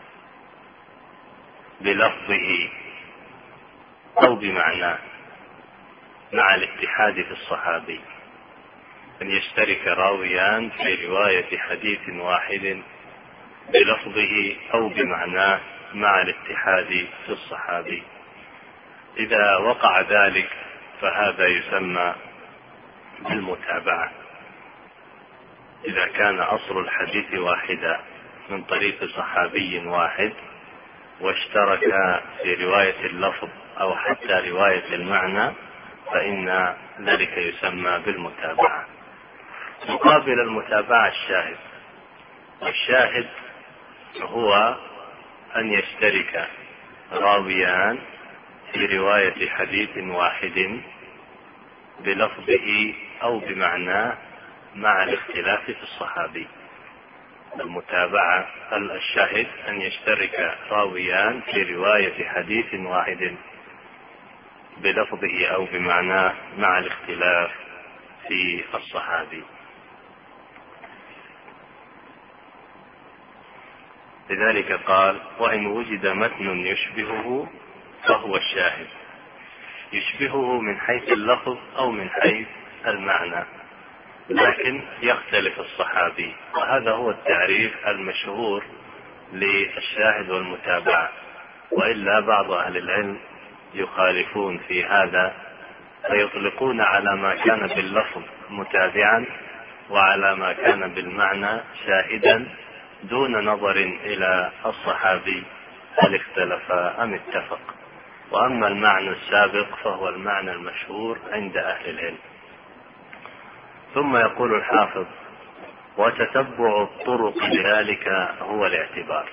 بلفظه أو بمعناه مع الاتحاد في الصحابي. أن يشترك راويان في رواية حديث واحد بلفظه أو بمعناه مع الاتحاد في الصحابي. إذا وقع ذلك فهذا يسمى بالمتابعة. إذا كان أصل الحديث واحدا من طريق صحابي واحد واشترك في رواية اللفظ أو حتى رواية المعنى فإن ذلك يسمى بالمتابعة. مقابل المتابعة الشاهد، والشاهد هو أن يشترك راويان في رواية حديث واحد بلفظه أو بمعناه مع الاختلاف في الصحابي. المتابعة الشاهد أن يشترك راويان في رواية حديث واحد بلفظه أو بمعناه مع الاختلاف في الصحابي. لذلك قال: وإن وجد متن يشبهه فهو الشاهد. يشبهه من حيث اللفظ أو من حيث المعنى، لكن يختلف الصحابي. وهذا هو التعريف المشهور للشاهد والمتابعة، وإلا بعض أهل العلم يخالفون في هذا فيطلقون على ما كان باللفظ متابعا وعلى ما كان بالمعنى شاهدا دون نظر إلى الصحابي هل اختلف أم اتفق. وأما المعنى السابق فهو المعنى المشهور عند أهل العلم. ثم يقول الحافظ: وتتبع الطرق لذلك هو الاعتبار.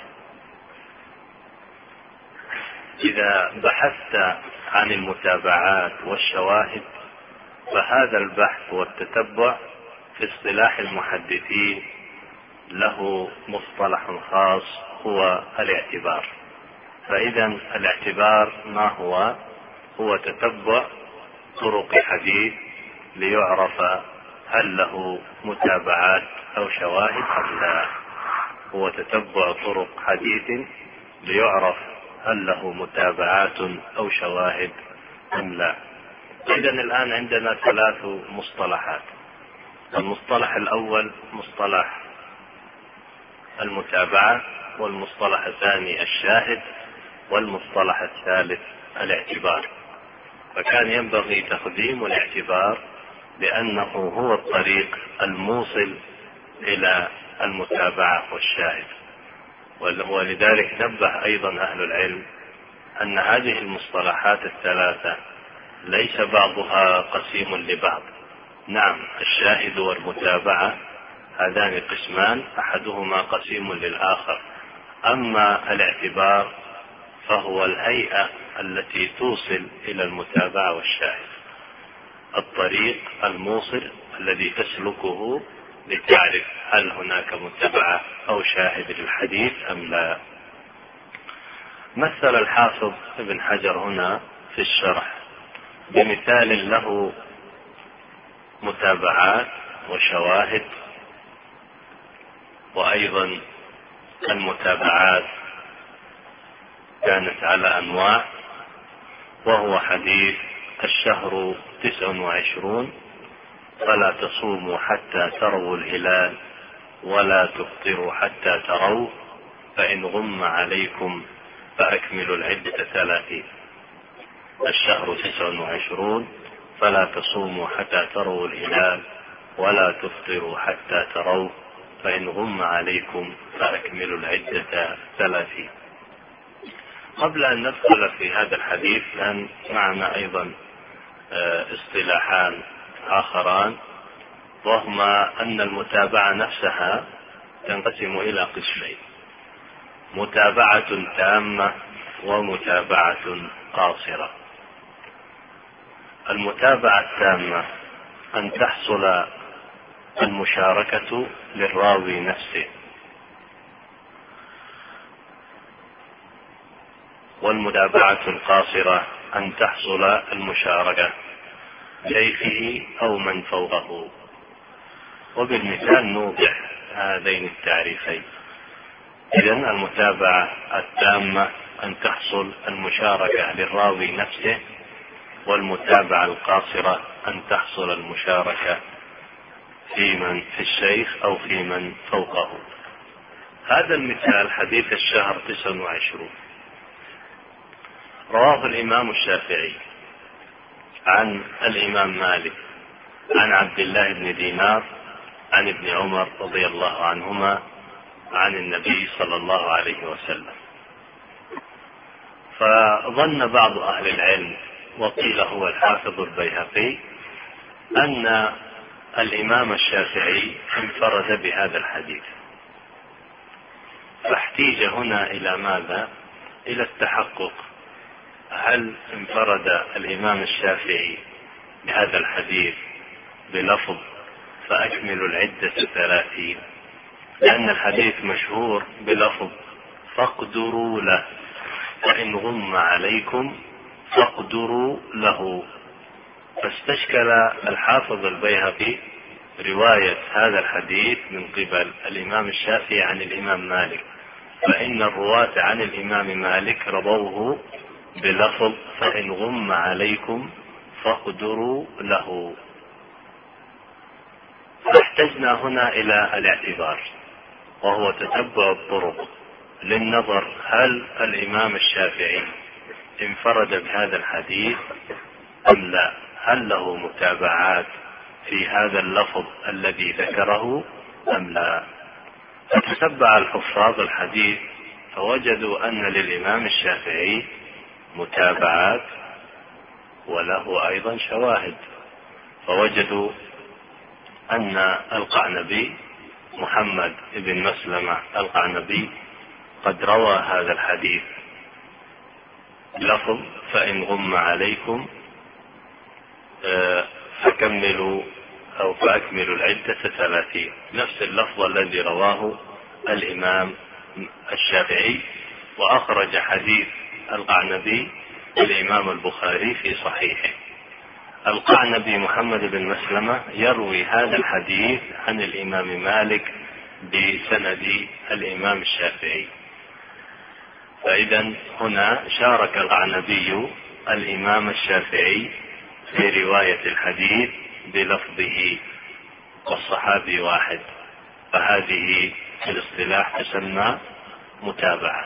إذا بحثت عن المتابعات والشواهد فهذا البحث والتتبع في اصطلاح المحدثين له مصطلح خاص هو الاعتبار. فإذا الاعتبار ما هو تتبع طرق حديث ليعرف هل له متابعات أو شواهد أم لا. هو تتبع طرق حديث ليعرف هل له متابعات أو شواهد أم لا. إذا الآن عندنا 3 مصطلحات. المصطلح الأول مصطلح المتابعة، والمصطلح الثاني الشاهد، والمصطلح الثالث الاعتبار. فكان ينبغي تقديم الاعتبار لأنه هو الطريق الموصل إلى المتابعة والشاهد. ولذلك نبه أيضا أهل العلم أن هذه المصطلحات ال3 ليس بعضها قسيم لبعض. نعم، الشاهد والمتابعة هذان قسمان أحدهما قسيم للآخر. أما الاعتبار فهو الهيئة التي توصل إلى المتابعة والشاهد، الطريق الموصل الذي تسلكه لتعرف هل هناك متابعة أو شاهد للحديث أم لا. مثل الحافظ ابن حجر هنا في الشرح بمثال له متابعات وشواهد، وأيضا المتابعات كانت على أنواع، وهو حديث: الشهر 29 فلا تصوموا حتى تروا الهلال ولا تفطروا حتى تروا فإن غم عليكم فأكملوا العدة 30. الشهر 29 فلا تصوموا حتى تروا الهلال ولا تفطروا حتى تروا فإن غم عليكم فأكملوا العدة 30. قبل أن ندخل في هذا الحديث لأن معنا أيضا اصطلاحان آخران، وهما أن المتابعة نفسها تنقسم إلى قسمين: متابعة تامة ومتابعة قاصرة. المتابعة التامة أن تحصل المشاركة للراوي نفسه، والمتابعة القاصرة أن تحصل المشاركة لشيخه أو من فوقه. وبالمثال نوضح هذين التعريفين. إذن المتابعة التامة أن تحصل المشاركة للراوي نفسه، والمتابعة القاصرة أن تحصل المشاركة في الشيخ أو في من فوقه. هذا المثال حديث الشهر 29 رواه الإمام الشافعي عن الإمام مالك عن عبد الله بن دينار عن ابن عمر رضي الله عنهما عن النبي صلى الله عليه وسلم. فظن بعض أهل العلم وقيل هو الحافظ البيهقي أن الإمام الشافعي انفرد بهذا الحديث، فاحتيج هنا إلى ماذا؟ إلى التحقق هل انفرد الإمام الشافعي بهذا الحديث بلفظ فأكملوا العدة 30، لأن الحديث مشهور بلفظ فاقدروا له، فإن غم عليكم فاقدروا له. فاستشكل الحافظ البيهقي رواية هذا الحديث من قبل الإمام الشافعي عن الإمام مالك، فإن الرواة عن الإمام مالك رووه بلفظ فإن غم عليكم فاقدروا له. فاحتجنا هنا إلى الاعتبار، وهو تتبع الطرق للنظر هل الإمام الشافعي انفرد بهذا الحديث أم لا، هل له متابعات في هذا اللفظ الذي ذكره أم لا. فتتبع الحفاظ الحديث فوجدوا أن للإمام الشافعي متابعات وله أيضا شواهد، فوجدوا أن القعنبي محمد بن مسلمة القعنبي قد روى هذا الحديث لفظ فإن غم عليكم فكملوا أو فأكملوا العدة 30، نفس اللفظ الذي رواه الإمام الشافعي. وأخرج حديث القعنبي الإمام البخاري في صحيحه. القعنبي محمد بن مسلمة يروي هذا الحديث عن الإمام مالك بسند الإمام الشافعي، فإذا هنا شارك القعنبي الإمام الشافعي في رواية الحديث بلفظه والصحابي واحد، فهذه في الاصطلاح تسمى متابعة.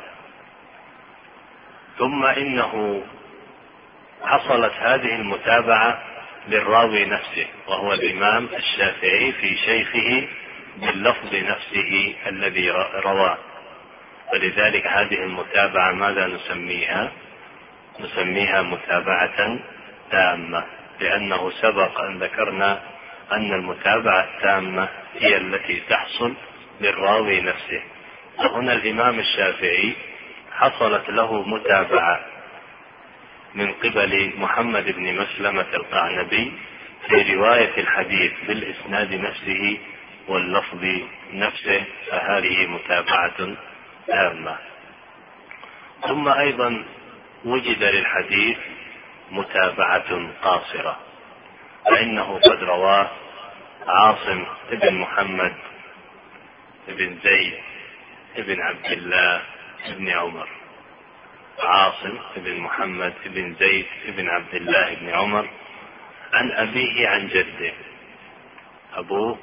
ثم إنه حصلت هذه المتابعة للراوي نفسه وهو الإمام الشافعي في شيخه باللفظ نفسه الذي رواه، ولذلك هذه المتابعة ماذا نسميها؟ نسميها متابعة تامة، لأنه سبق أن ذكرنا أن المتابعة التامة هي التي تحصل للراوي نفسه. وهنا الإمام الشافعي حصلت له متابعة من قبل محمد بن مسلمة القعنبي في رواية الحديث بالإسناد نفسه واللفظ نفسه، فهذه متابعة تامة. ثم أيضا وجد للحديث متابعة قاصرة، فإنه قد رواه عاصم بن محمد بن زيد بن عبد الله بن عمر. عاصم بن محمد بن زيد بن عبد الله بن عمر عن أبيه عن جده. أبوه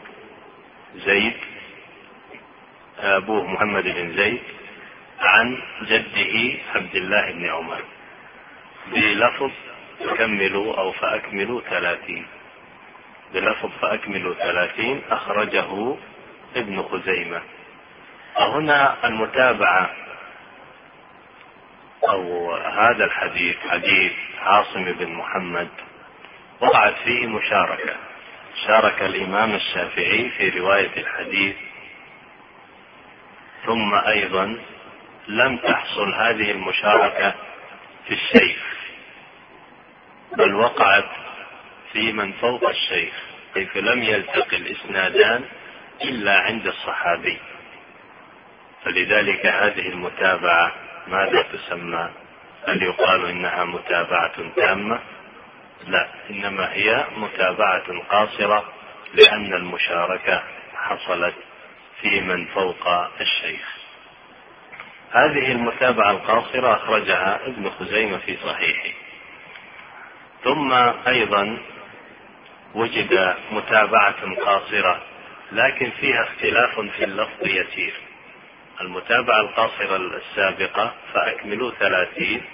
محمد بن زيد عن جده عبد الله بن عمر بلفظ فكملوا أو فأكملوا 30، بلفظ فأكملوا 30 أخرجه ابن خزيمة. وهنا المتابعة أو هذا الحديث حديث عاصم بن محمد وقعت فيه مشاركة، شارك الإمام الشافعي في رواية الحديث، ثم أيضا لم تحصل هذه المشاركة في الشيخ، بل وقعت في من فوق الشيخ، حيث لم يلتقي الإسنادان إلا عند الصحابي. فلذلك هذه المتابعة ماذا تسمى؟ هل يقال إنها متابعة تامة؟ لا، إنما هي متابعة قاصرة، لأن المشاركة حصلت في من فوق الشيخ. هذه المتابعة القاصرة أخرجها ابن خزيمة في صحيحه. ثم أيضا وجد متابعة قاصرة لكن فيها اختلاف في اللفظ يسير. المتابعة القاصرة السابقة فأكملوا 30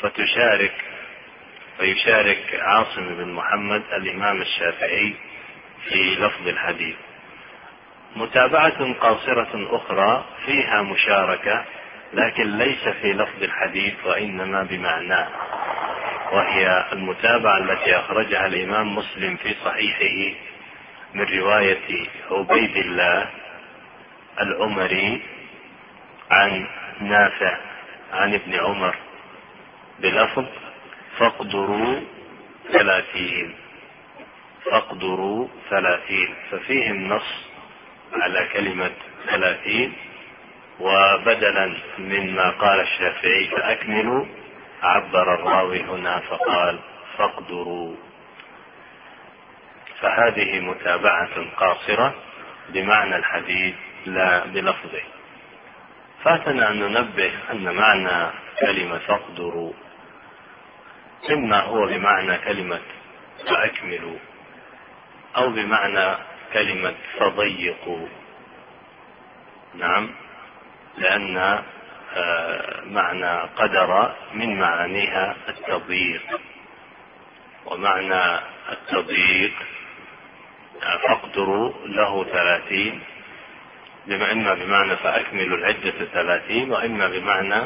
فيشارك عاصم بن محمد الإمام الشافعي في لفظ الحديث. متابعة قاصرة أخرى فيها مشاركة لكن ليس في لفظ الحديث وإنما بمعناه، وهي المتابعة التي أخرجها الإمام مسلم في صحيحه من رواية عبيد الله العمري عن نافع عن ابن عمر بلفظ فاقدروا 30، ففيه النص على كلمة 30، وبدلا مما قال الشافعي فأكملوا عبر الراوي هنا فقال فاقدروا. فهذه متابعة قاصرة بمعنى الحديث لا بلفظه. فاتنا أن ننبه أن معنى كلمة فاقدروا إما هو بمعنى كلمة فأكملوا أو بمعنى كلمة فضيقوا. نعم، لأن معنى قدر من معانيها التضييق، ومعنى التضييق فاقدروا له 30، إما بمعنى فأكملوا العدة 30، وإما بمعنى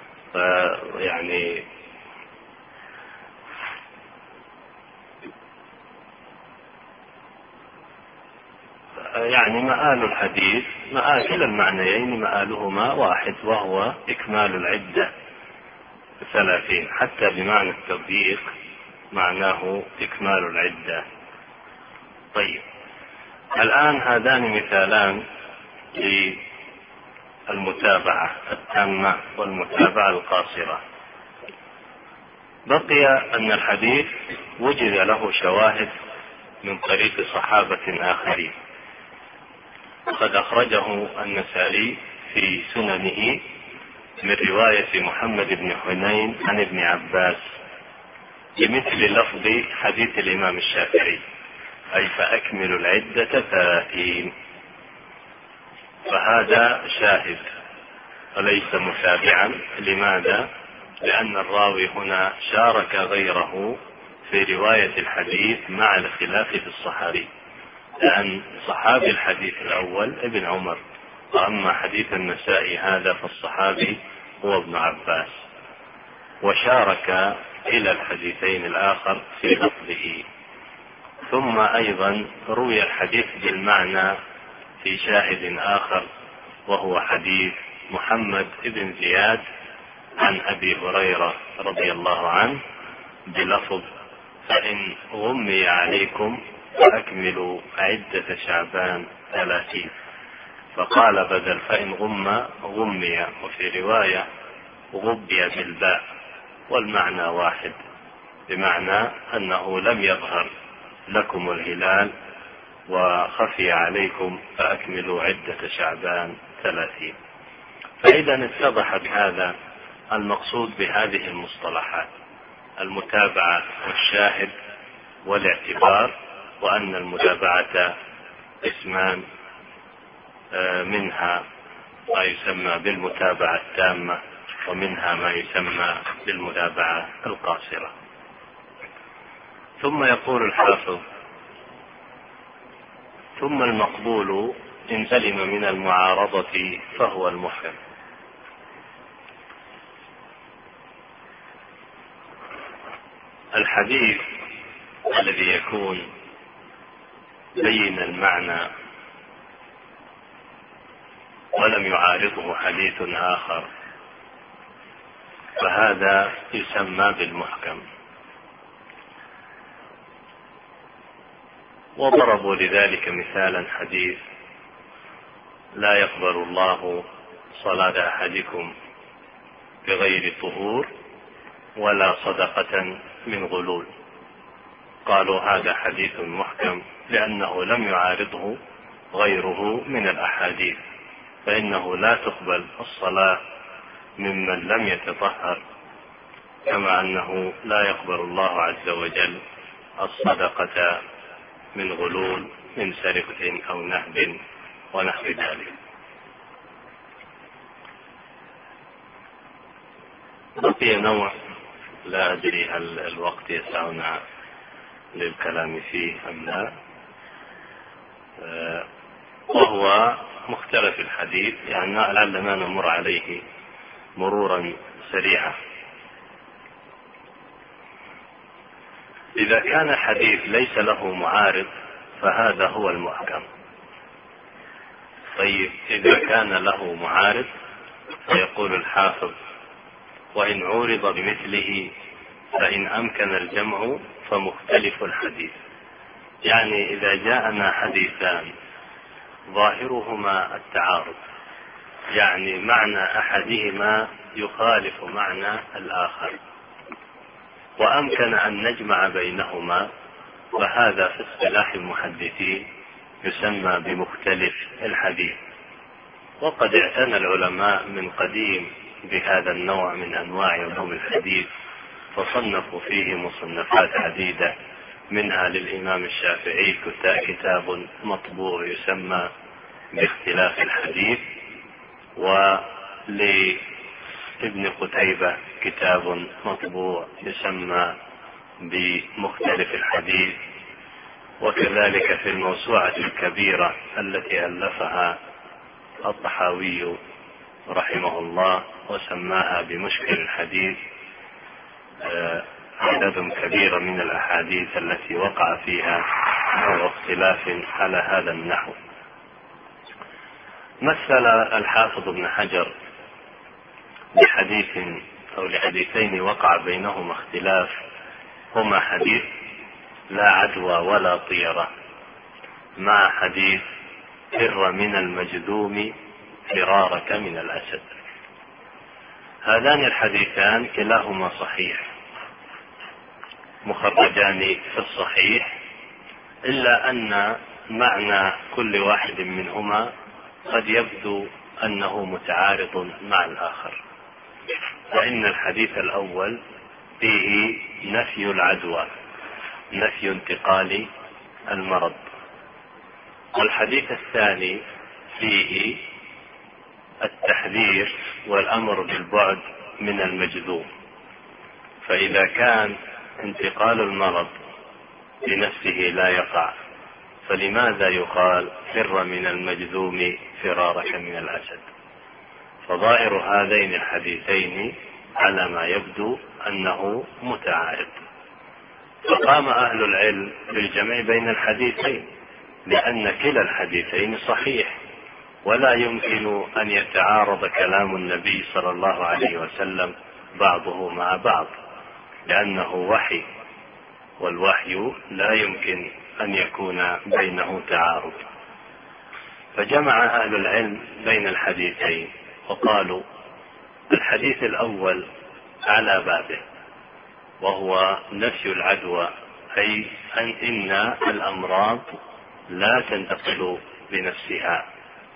يعني مآل الحديث، مآل كلا المعنيين مآلهما واحد، وهو إكمال العدة 30، حتى بمعنى التضييق معناه إكمال العدة. طيب، الآن هذان مثالان للمتابعة التامة والمتابعة القاصرة. بقي أن الحديث وجد له شواهد من طريق صحابة آخرين، وقد أخرجه النسائي في سننه من رواية محمد بن حنين عن ابن عباس بمثل لفظ حديث الإمام الشافعي، أي فأكملوا العدة 30. فهذا شاهد وليس متابعا. لماذا؟ لأن الراوي هنا شارك غيره في رواية الحديث مع الخلاف في الصحابي، لأن صحابي الحديث الأول ابن عمر، وأما حديث النسائي هذا فالصحابي هو ابن عباس، وشارك إلى الحديثين الآخر في لفظه. ثم أيضا روي الحديث بالمعنى في شاهد آخر، وهو حديث محمد بن زياد عن أبي هريرة رضي الله عنه بلفظ فإن غمي عليكم فأكملوا عدة شعبان 30، فقال بدل فإن غمي، وفي رواية غبي بالباء، والمعنى واحد، بمعنى أنه لم يظهر لكم الهلال وخفي عليكم فأكملوا عدة شعبان 30. فإذا اتضح بهذا المقصود بهذه المصطلحات: المتابعة والشاهد والاعتبار، وأن المتابعة قسمان، منها ما يسمى بالمتابعة التامة، ومنها ما يسمى بالمتابعة القاصرة. ثم يقول الحافظ: ثم المقبول إن سلم من المعارضة فهو المحكم. الحديث الذي يكون بين المعنى ولم يعارضه حديث آخر فهذا يسمى بالمحكم. وضربوا لذلك مثالا حديث: لا يقبل الله صلاة أحدكم بغير طهور ولا صدقة من غلول. قالوا هذا حديث محكم لأنه لم يعارضه غيره من الأحاديث، فإنه لا تقبل الصلاة ممن لم يتطهر، كما أنه لا يقبل الله عز وجل الصدقة من غلول، من سرقة أو نهب ونحو ذلك. بقي نوع لا أدري هل الوقت يسعنا للكلام فيه أم لا، وهو مختلف الحديث، يعني لعل ما نمر عليه مرورا سريعا. إذا كان الحديث ليس له معارض فهذا هو المحكم. طيب، إذا كان له معارض فيقول الحافظ: وإن عورض بمثله فإن أمكن الجمع فمختلف الحديث. يعني إذا جاءنا حديثان ظاهرهما التعارض، يعني معنى أحدهما يخالف معنى الآخر، وأمكن أن نجمع بينهما، فهذا في اصطلاح المحدثين يسمى بمختلف الحديث. وقد اعتنى العلماء من قديم بهذا النوع من أنواع علوم الحديث، فصنفوا فيه مصنفات عديدة، منها للإمام الشافعي كتاب مطبوع يسمى باختلاف الحديث، ولابن قتيبة كتاب مطبوع يسمى بمختلف الحديث، وكذلك في الموسوعة الكبيرة التي ألفها الطحاوي رحمه الله وسماها بمشكل الحديث، عدد كبير من الأحاديث التي وقع فيها اختلاف على هذا النحو. مثل الحافظ ابن حجر بحديث أو لحديثين وقع بينهما اختلاف، هما حديث لا عدوى ولا طيرة مع حديث فر من المجذوم فرارك من الأسد. هذان الحديثان كلاهما صحيح، مخرجان في الصحيح، إلا أن معنى كل واحد منهما قد يبدو أنه متعارض مع الآخر. فإن الحديث الأول فيه نفي العدوى، نفي انتقال المرض، والحديث الثاني فيه التحذير والأمر بالبعد من المجذوم. فإذا كان انتقال المرض بنفسه لا يقع، فلماذا يقال فر من المجذوم فرارك من الأسد؟ فظاهر هذين الحديثين على ما يبدو أنه متعارض، فقام أهل العلم بالجمع بين الحديثين، لأن كلا الحديثين صحيح، ولا يمكن أن يتعارض كلام النبي صلى الله عليه وسلم بعضه مع بعض، لأنه وحي، والوحي لا يمكن أن يكون بينه تعارض. فجمع أهل العلم بين الحديثين وقالوا الحديث الأول على بابه، وهو نفي العدوى، أي إن الأمراض لا تنتقل بنفسها.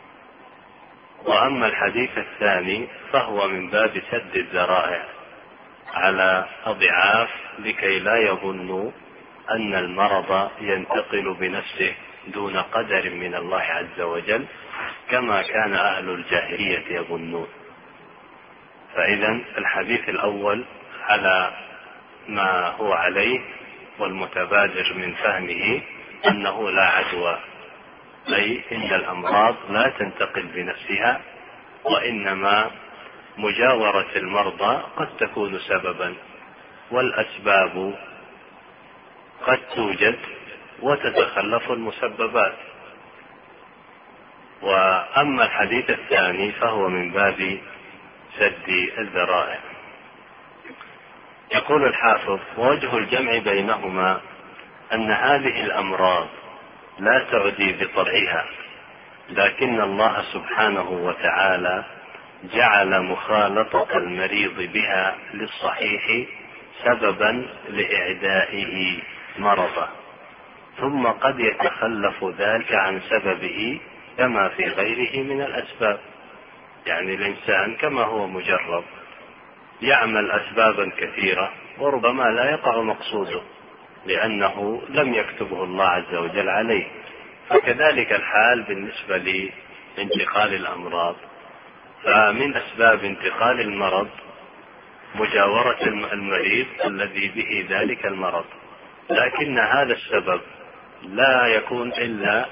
وأما الحديث الثاني فهو من باب سد الذرائع على أضعاف، لكي لا يظنوا أن المرض ينتقل بنفسه دون قدر من الله عز وجل كما كان أهل الجاهلية يظنون. فإذا الحديث الأول على ما هو عليه والمتبادر من فهمه أنه لا عدوى، أي إن الأمراض لا تنتقل بنفسها، وإنما مجاورة المرضى قد تكون سببا، والأسباب قد توجد وتتخلف المسببات. وأما الحديث الثاني فهو من باب سد الذرائع. يقول الحافظ: ووجه الجمع بينهما أن هذه الأمراض لا تعدي بطبعها، لكن الله سبحانه وتعالى جعل مخالطة المريض بها للصحيح سببا لإعدائه مرضه، ثم قد يتخلف ذلك عن سببه كما في غيره من الأسباب. يعني الإنسان كما هو مجرب يعمل أسبابا كثيرة وربما لا يقع مقصوده لأنه لم يكتبه الله عز وجل عليه. فكذلك الحال بالنسبة لانتقال الأمراض، فمن أسباب انتقال المرض مجاورة المريض الذي به ذلك المرض، لكن هذا السبب لا يكون إلا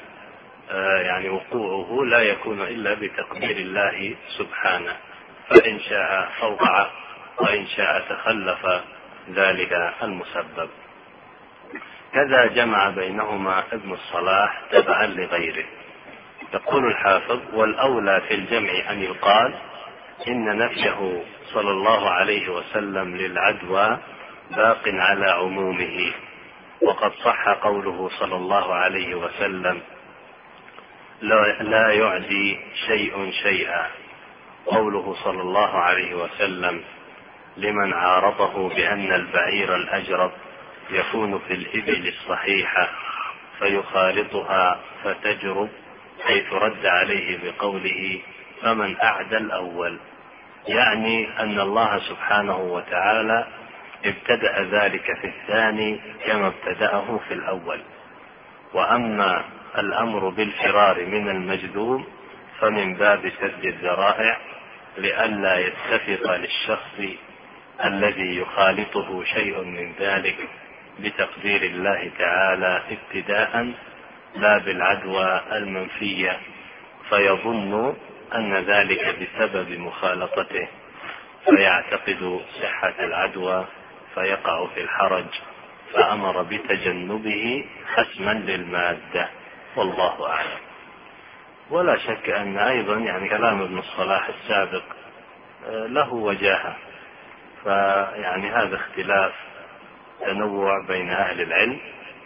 وقوعه لا يكون إلا بتقدير الله سبحانه، فإن شاء أوقع وإن شاء تخلف ذلك المسبب. كذا جمع بينهما ابن الصلاح تبعا لغيره. يقول الحافظ: والأولى في الجمع أن يقال إن نفيه صلى الله عليه وسلم للعدوى باق على عمومه، وقد صح قوله صلى الله عليه وسلم: لا يعدي شيء شيئا. قوله صلى الله عليه وسلم لمن عارضه بأن البعير الأجرب يكون في الإبل الصحيحة فيخالطها فتجرب، حيث رد عليه بقوله: فمن أعدى الأول، يعني أن الله سبحانه وتعالى ابتدأ ذلك في الثاني كما ابتدأه في الأول. وأما الأمر بالفرار من المجذوم فمن باب سد الذرائع، لئلا يتفق للشخص الذي يخالطه شيء من ذلك بتقدير الله تعالى ابتداء لا بالعدوى المنفية، فيظن أن ذلك بسبب مخالطته فيعتقد صحة العدوى فيقع في الحرج، فأمر بتجنبه حسما للمادة، والله أعلم. ولا شك أن أيضا كلام ابن الصلاح السابق له وجاهة، هذا اختلاف تنوع بين أهل العلم،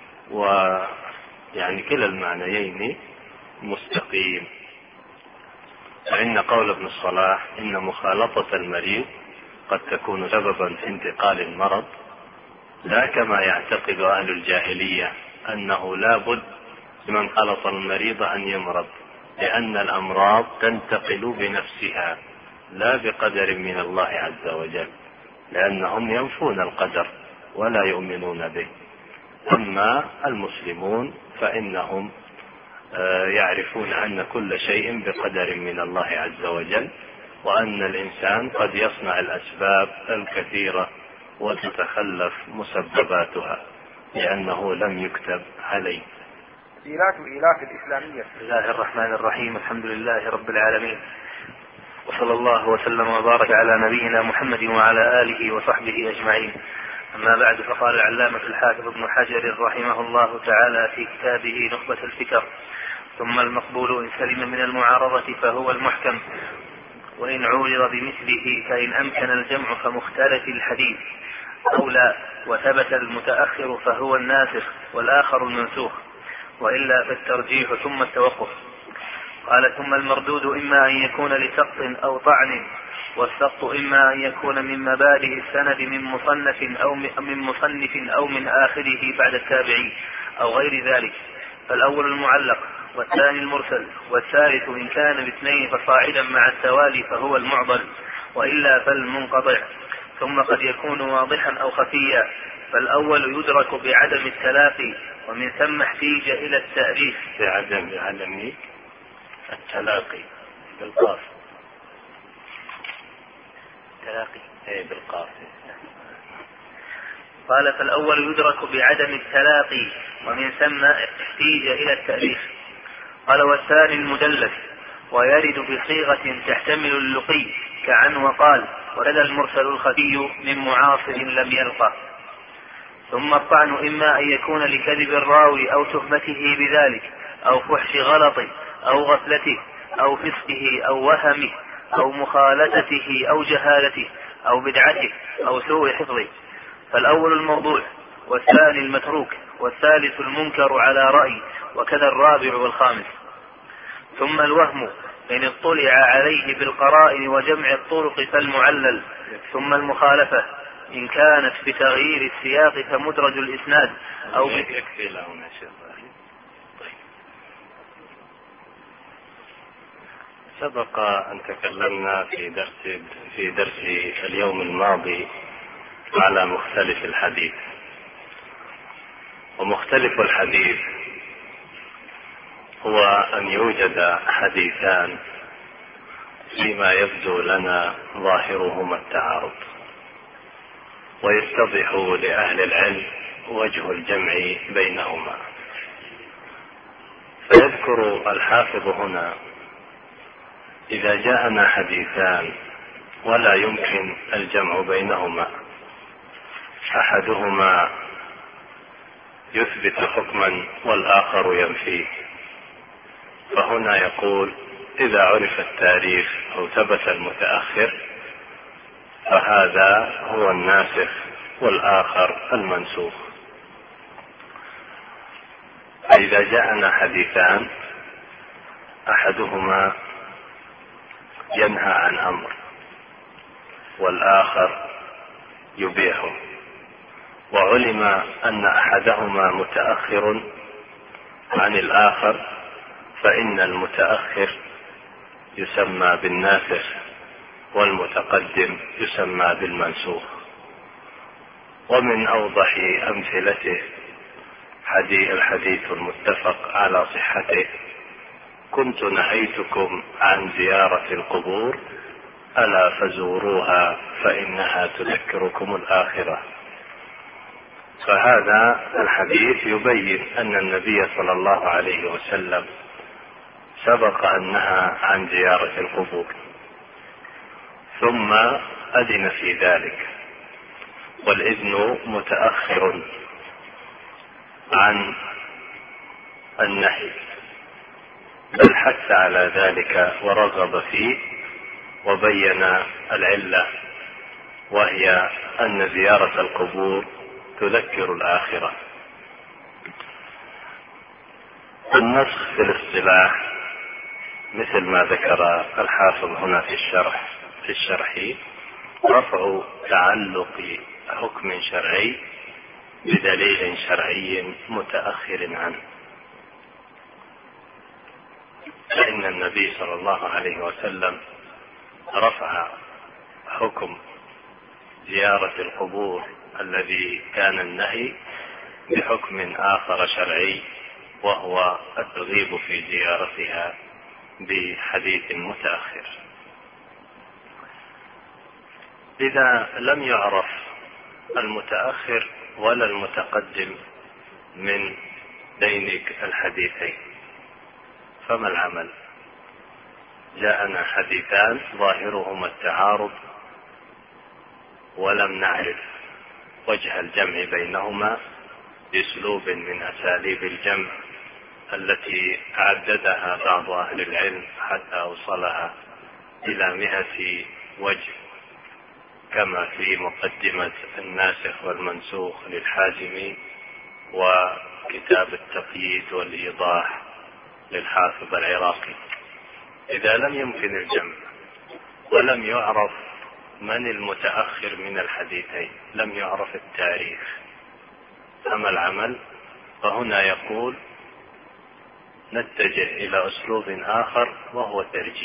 كلا المعنيين مستقيم. فإن قول ابن الصلاح إن مخالطة المريض قد تكون سببا في انتقال المرض لا كما يعتقد أهل الجاهلية أنه لا بد لمن خلط المريض أن يمرض، لأن الأمراض تنتقل بنفسها لا بقدر من الله عز وجل، لأنهم ينفون القدر ولا يؤمنون به. أما المسلمون فإنهم يعرفون أن كل شيء بقدر من الله عز وجل، وأن الإنسان قد يصنع الأسباب الكثيرة وتتخلف مسبباتها لأنه لم يكتب عليه. تفصيلات الإيلاف الإسلامية. بسم الله الرحمن الرحيم، الحمد لله رب العالمين، وصلى الله وسلم وبارك على نبينا محمد وعلى آله وصحبه أجمعين. أما بعد، فقال العلامة الحافظ ابن حجر رحمه الله تعالى في كتابه نخبة الفكر: ثم المقبول إن سلم من المعارضة فهو المحكم، وإن عورض بمثله فإن أمكن الجمع فمختلف الحديث، أو لا وثبت المتأخر فهو الناسخ والآخر المنسوخ، وإلا فالترجيح ثم التوقف. قال: ثم المردود إما أن يكون لسقط أو طعن، والسقط إما أن يكون من مبادئ السند من مصنف أو من آخره بعد التابعي أو غير ذلك، فالأول المعلق، والثاني المرسل، والثالث إن كان باثنين فصاعدا مع التوالي فهو المعضل، وإلا فالمنقطع. ثم قد يكون واضحا أو خفيا، فالأول يدرك بعدم التلاقي، ومن ثم احتيج إلى التأريخ بعدم التلاقي بالقاف، تلاقي بالقاف. قال: فالأول يدرك بعدم التلاقي، ومن ثم احتيج إلى التأريخ. قال: والثاني المدلس، ويرد بصيغة تحتمل اللقي كعن وقال، ولدى المرسل الخفي من معاصر لم يلقى. ثم الطعن إما أن يكون لكذب الراوي أو تهمته بذلك، أو فحش غلطه أو غفلته أو فسقه أو وهمه أو مخالطته أو جهالته أو بدعته أو سوء حفظه، فالأول الموضوع، والثاني المتروك، والثالث المنكر على رأي، وكذا الرابع والخامس. ثم الوهم إن اطلع عليه بالقرائن وجمع الطرق فالمعلل. ثم المخالفة إن كانت بتغيير السياق فمدرج الإسناد أو يكفي لهم. سبق أن تكلمنا في درس اليوم الماضي على مختلف الحديث، ومختلف الحديث هو أن يوجد حديثان فيما يبدو لنا ظاهرهما التعارض، ويتضح لأهل العلم وجه الجمع بينهما. فيذكر الحافظ هنا: إذا جاءنا حديثان ولا يمكن الجمع بينهما، أحدهما يثبت حكما والآخر ينفيه، فهنا يقول: إذا عرف التاريخ أو ثبت المتأخر فهذا هو الناسخ والآخر المنسوخ. فإذا جاءنا حديثان أحدهما ينهى عن أمر والآخر يبيحه، وعلم أن أحدهما متأخر عن الآخر، فإن المتأخر يسمى بالناسخ والمتقدم يسمى بالمنسوخ. ومن أوضح أمثلته الحديث المتفق على صحته: كنت نهيتكم عن زيارة القبور ألا فزوروها فإنها تذكركم الآخرة. فهذا الحديث يبين أن النبي صلى الله عليه وسلم سبق أن نهى عن زيارة القبور ثم أذن في ذلك، والإذن متأخر عن النهي، بل حث على ذلك ورغب فيه وبين العلة، وهي أن زيارة القبور تذكر الآخرة. النسخ في الاصطلاح مثل ما ذكر الحافظ هنا في الشرح رفع تعلق حكم شرعي بدليل شرعي متأخر عنه، فإن النبي صلى الله عليه وسلم رفع حكم زيارة القبور الذي كان النهي بحكم آخر شرعي، وهو الترغيب في زيارتها بحديث متأخر. إذا لم يعرف المتأخر ولا المتقدم من بين الحديثين فما العمل؟ جاءنا حديثان ظاهرهما التعارض ولم نعرف وجه الجمع بينهما بأسلوب من أساليب الجمع التي عددها بعض أهل العلم حتى أوصلها إلى 100 وجه، كما في مقدمة الناسخ والمنسوخ للحازمي وكتاب التقييد والإيضاح للحافظ العراقي. إذا لم يمكن الجمع ولم يعرف من المتأخر من الحديثين، لم يعرف التاريخ، فما العمل؟ فهنا يقول نتجه إلى أسلوب آخر وهو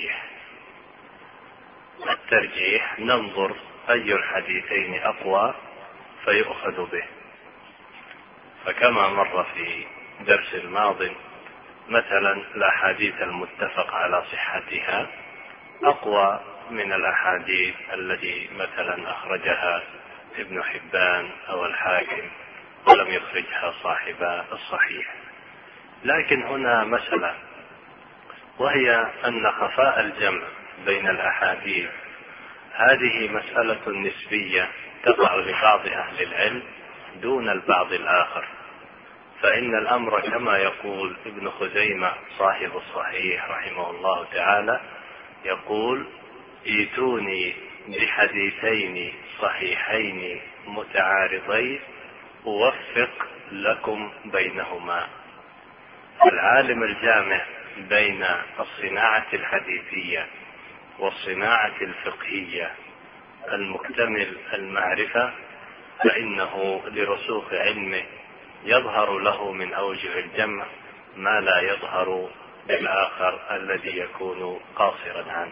الترجيح، ننظر أي الحديثين أقوى فيؤخذ به. فكما مر في درس الماضي مثلا الأحاديث المتفق على صحتها أقوى من الأحاديث التي مثلا أخرجها ابن حبان أو الحاكم ولم يخرجها صاحب الصحيح. لكن هنا مسألة، وهي أن خفاء الجمع بين الأحاديث هذه مسألة نسبية تقع لبعض أهل العلم دون البعض الآخر، فإن الأمر كما يقول ابن خزيمة صاحب الصحيح رحمه الله تعالى، يقول ائتوني بحديثين صحيحين متعارضين أوفق لكم بينهما. العالم الجامع بين الصناعة الحديثية والصناعة الفقهية المكتمل المعرفة، فإنه لرسوخ علمه يظهر له من أوجه الجمع ما لا يظهر للآخر الذي يكون قاصرا عنه.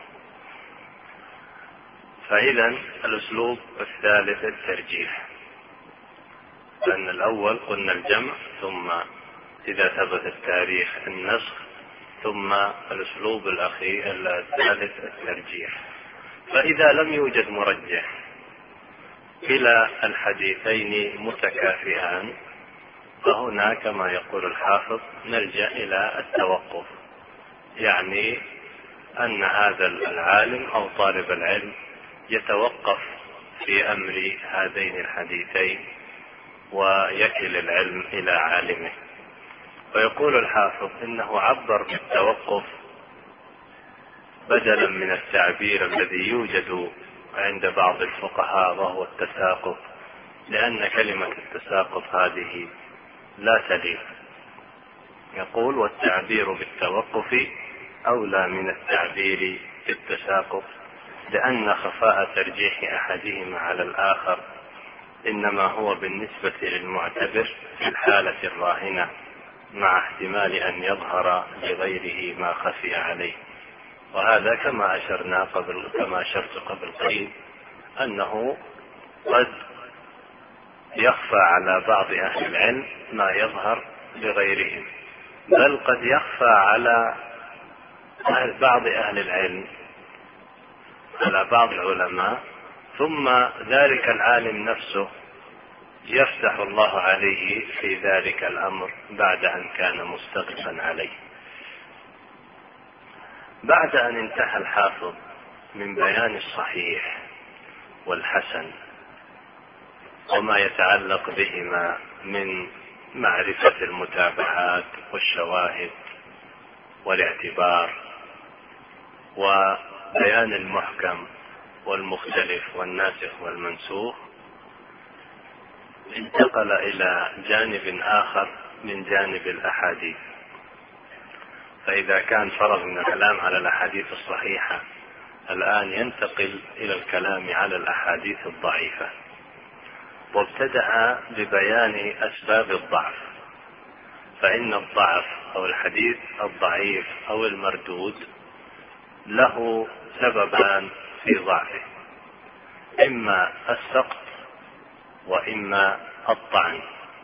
فإذا الأسلوب الثالث الترجيح، لأن الأول قلنا الجمع، ثم إذا ثبت التاريخ النسخ، ثم الأسلوب الأخير الثالث الترجيح. فإذا لم يوجد مرجح كلا الحديثين متكافئان، فهنا كما يقول الحافظ نلجأ إلى التوقف، يعني أن هذا العالم أو طالب العلم يتوقف في أمر هذين الحديثين ويكل العلم إلى عالمه. ويقول الحافظ إنه عبر بالتوقف بدلا من التعبير الذي يوجد عند بعض الفقهاء وهو التساقط، لأن كلمة التساقط هذه لا تليق. يقول والتعبير بالتوقف أولى من التعبير بالتساقط، لأن خفاء ترجيح أحدهما على الآخر إنما هو بالنسبة للمعتبر في الحالة الراهنة، مع احتمال أن يظهر لغيره ما خفي عليه. وهذا كما أشرت قبل قليل أنه قد يخفى على بعض أهل العلم ما يظهر لغيرهم، بل قد يخفى على بعض أهل العلم على بعض العلماء، ثم ذلك العالم نفسه يفتح الله عليه في ذلك الأمر بعد أن كان مستغرقا عليه. بعد أن انتهى الحافظ من بيان الصحيح والحسن وما يتعلق بهما من معرفة المتابعات والشواهد والاعتبار وبيان المحكم والمختلف والناسخ والمنسوخ، انتقل إلى جانب آخر من جانب الأحاديث. فإذا كان فرغ من الكلام على الأحاديث الصحيحة، الآن ينتقل إلى الكلام على الأحاديث الضعيفة، وابتدأ ببيان أسباب الضعف. فإن الضعف أو الحديث الضعيف أو المردود له سببان في ضعفه، إما السقط وإما الطعن.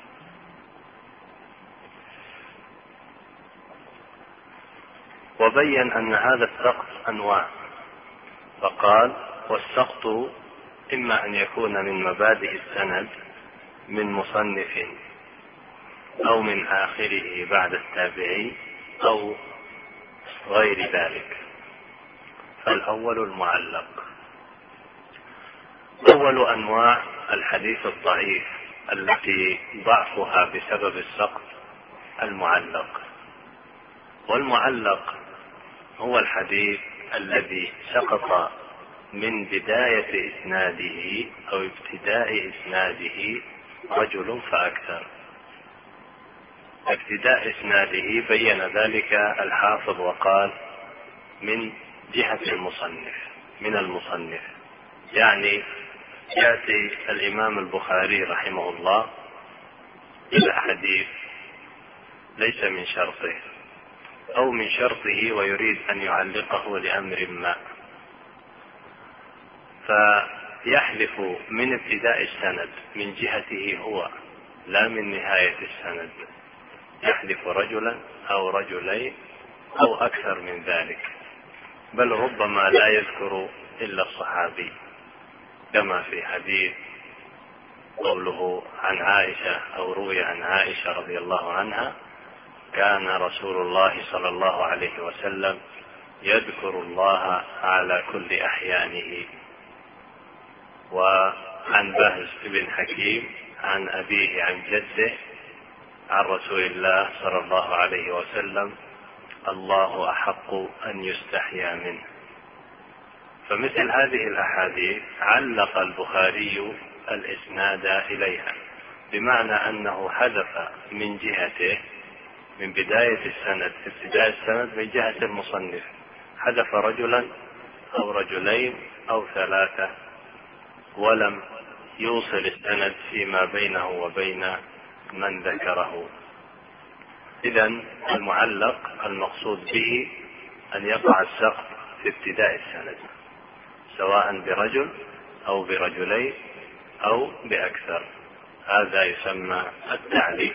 وبين أن هذا السقط أنواع، فقال: والسقط إما أن يكون من مبادئ السند من مصنف أو من آخره بعد التابعي أو غير ذلك. فالأول المعلق. أول أنواع الحديث الضعيف التي ضعفها بسبب السقط المعلق. والمعلق هو الحديث الذي سقط من بداية إسناده أو ابتداء إسناده رجل فأكثر. ابتداء إسناده بين ذلك الحافظ وقال: من جهة المصنف، من المصنف، يعني يأتي الإمام البخاري رحمه الله إلى حديث ليس من شرطه أو من شرطه ويريد أن يعلقه لأمر ما، فيحذف من ابتداء السند من جهته هو لا من نهاية السند، يحذف رجلا أو رجلين أو أكثر من ذلك، بل ربما لا يذكر إلا الصحابي، كما في حديث قوله عن عائشة أو روي عن عائشة رضي الله عنها: كان رسول الله صلى الله عليه وسلم يذكر الله على كل أحيانه. وعن بهز بن حكيم عن أبيه عن جده عن رسول الله صلى الله عليه وسلم: الله أحق أن يستحيا منه. فمثل هذه الأحاديث علق البخاري الإسناد إليها، بمعنى أنه حذف من جهته من بداية السند، ابتداء السند من جهة المصنف، حذف رجلا أو رجلين أو ثلاثة، ولم يوصل السند فيما بينه وبين من ذكره. إذن المعلق المقصود به أن يقع السقط في ابتداء السند، سواء برجل أو برجلين أو بأكثر، هذا يسمى التعليق.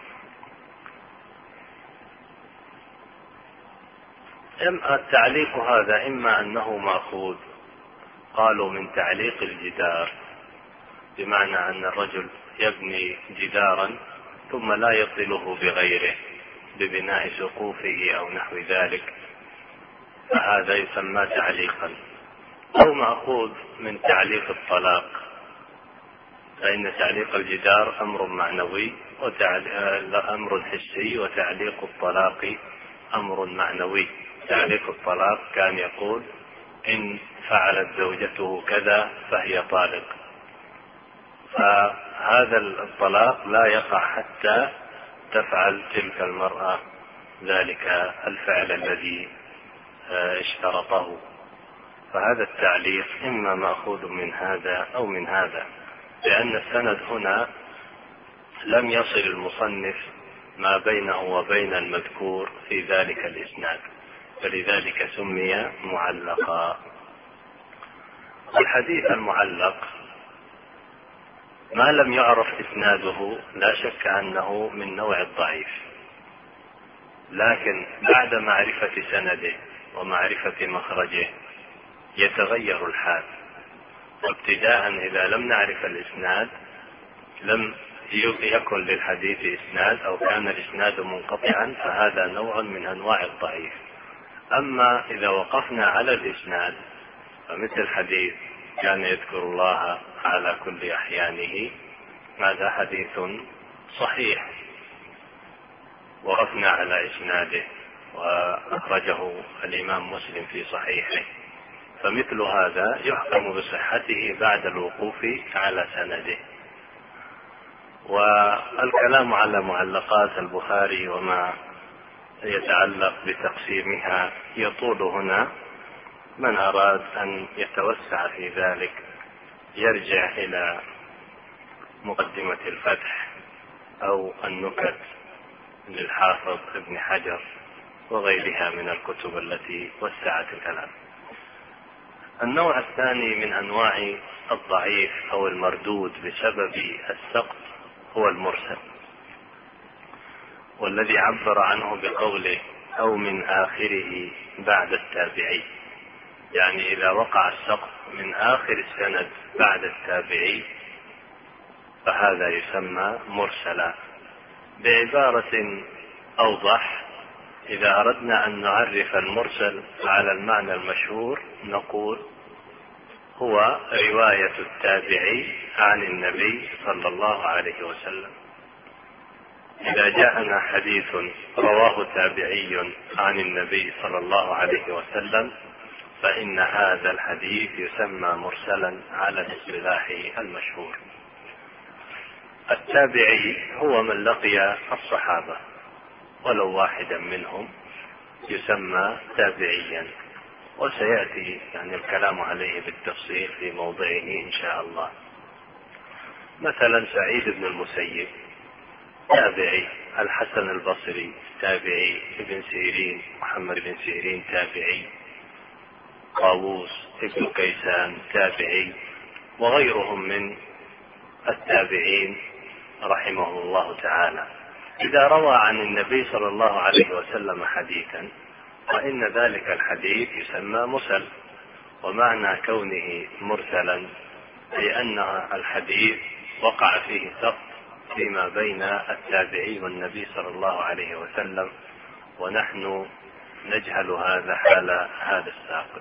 التعليق هذا إما أنه مأخوذ، قالوا من تعليق الجدار، بمعنى أن الرجل يبني جدارا ثم لا يصله بغيره ببناء سقوفه أو نحو ذلك، فهذا يسمى تعليقا. أو مأخوذ من تعليق الطلاق، فإن تعليق الجدار أمر معنوي أمر حسي، وتعليق الطلاق أمر معنوي. تعليق الطلاق كان يقول: إن فعلت زوجته كذا فهي طالق، فهذا الطلاق لا يقع حتى تفعل تلك المرأة ذلك الفعل الذي اشترطه. فهذا التعليق إما مأخوذ من هذا أو من هذا، لأن السند هنا لم يصل المصنف ما بينه وبين المذكور في ذلك الإسناد، فلذلك سمي معلقا. الحديث المعلق ما لم يعرف إسناده لا شك أنه من نوع الضعيف، لكن بعد معرفة سنده ومعرفة مخرجه يتغير الحال. وابتداء إذا لم نعرف الإسناد لم يكن للحديث إسناد أو كان الإسناد منقطعا فهذا نوع من أنواع الضعيف. أما إذا وقفنا على الإسناد فمثل حديث كان يذكر الله على كل أحيانه، هذا حديث صحيح وقفنا على إسناده وأخرجه الإمام مسلم في صحيحه، فمثل هذا يحكم بصحته بعد الوقوف على سنده. والكلام على معلقات البخاري وما يتعلق بتقسيمها يطول هنا، من أراد أن يتوسع في ذلك يرجع إلى مقدمة الفتح أو النكت للحافظ ابن حجر وغيرها من الكتب التي وسعت الكلام. النوع الثاني من أنواع الضعيف أو المردود بسبب السقط هو المرسل، والذي عبر عنه بقوله أو من آخره بعد التابعي، يعني إذا وقع السقط من آخر السند بعد التابعي فهذا يسمى مرسلا. بعبارة أوضح، إذا أردنا أن نعرف المرسل على المعنى المشهور نقول هو رواية التابعي عن النبي صلى الله عليه وسلم. إذا جاءنا حديث رواه تابعي عن النبي صلى الله عليه وسلم فإن هذا الحديث يسمى مرسلا على الاصطلاح المشهور. التابعي هو من لقي الصحابة ولو واحدا منهم يسمى تابعيا، وسيأتي يعني الكلام عليه بالتفصيل في موضعه إن شاء الله. مثلا سعيد بن المسيب تابعي، الحسن البصري تابعي، ابن سيرين محمد بن سيرين تابعي، طاووس ابن كيسان تابعي، وغيرهم من التابعين رحمه الله تعالى. إذا روى عن النبي صلى الله عليه وسلم حديثا فإن ذلك الحديث يسمى مرسل، ومعنى كونه مرسلا أي أن الحديث وقع فيه سقط فيما بين التابعي والنبي صلى الله عليه وسلم، ونحن نجهل هذا حال هذا الساقط.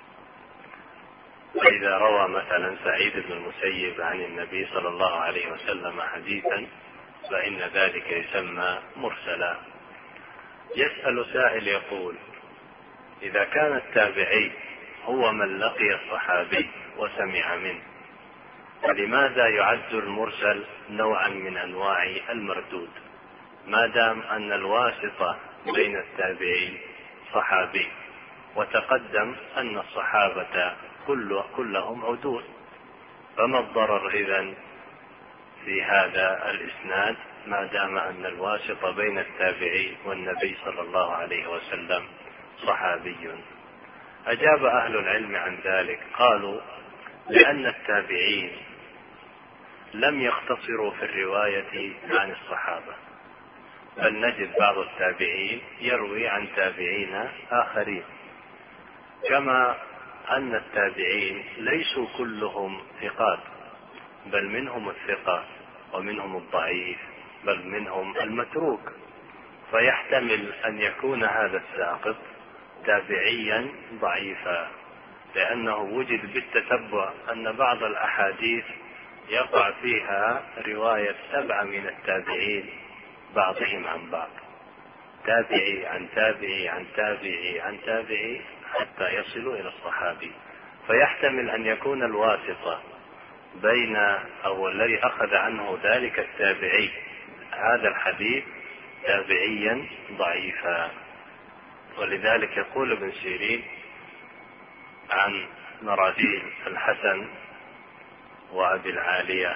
فإذا روى مثلا سعيد بن المسيب عن النبي صلى الله عليه وسلم حديثا فإن ذلك يسمى مرسلا. يسأل سائل يقول: إذا كان التابعي هو من لقي الصحابي وسمع منه فلماذا يعد المرسل نوعا من أنواع المردود ما دام أن الواسطة بين التابعين صحابي، وتقدم أن الصحابة كلهم عدول، فما الضرر إذن في هذا الإسناد ما دام أن الواسطة بين التابعي والنبي صلى الله عليه وسلم صحابي؟ أجاب أهل العلم عن ذلك قالوا: لأن التابعين لم يقتصروا في الرواية عن الصحابة، بل نجد بعض التابعين يروي عن تابعين آخرين، كما أن التابعين ليسوا كلهم ثقات، بل منهم الثقة ومنهم الضعيف بل منهم المتروك، فيحتمل أن يكون هذا الساقط تابعيا ضعيفا، لأنه وجد بالتتبع أن بعض الأحاديث يقع فيها رواية 7 من التابعين بعضهم عن بعض، تابعي عن تابعي عن تابعي عن تابعي حتى يصلوا إلى الصحابي، فيحتمل أن يكون الواسطة بين أو الذي أخذ عنه ذلك التابعي هذا الحديث تابعيا ضعيفا. ولذلك يقول ابن سيرين عن مراسيل الحسن وأبي العالية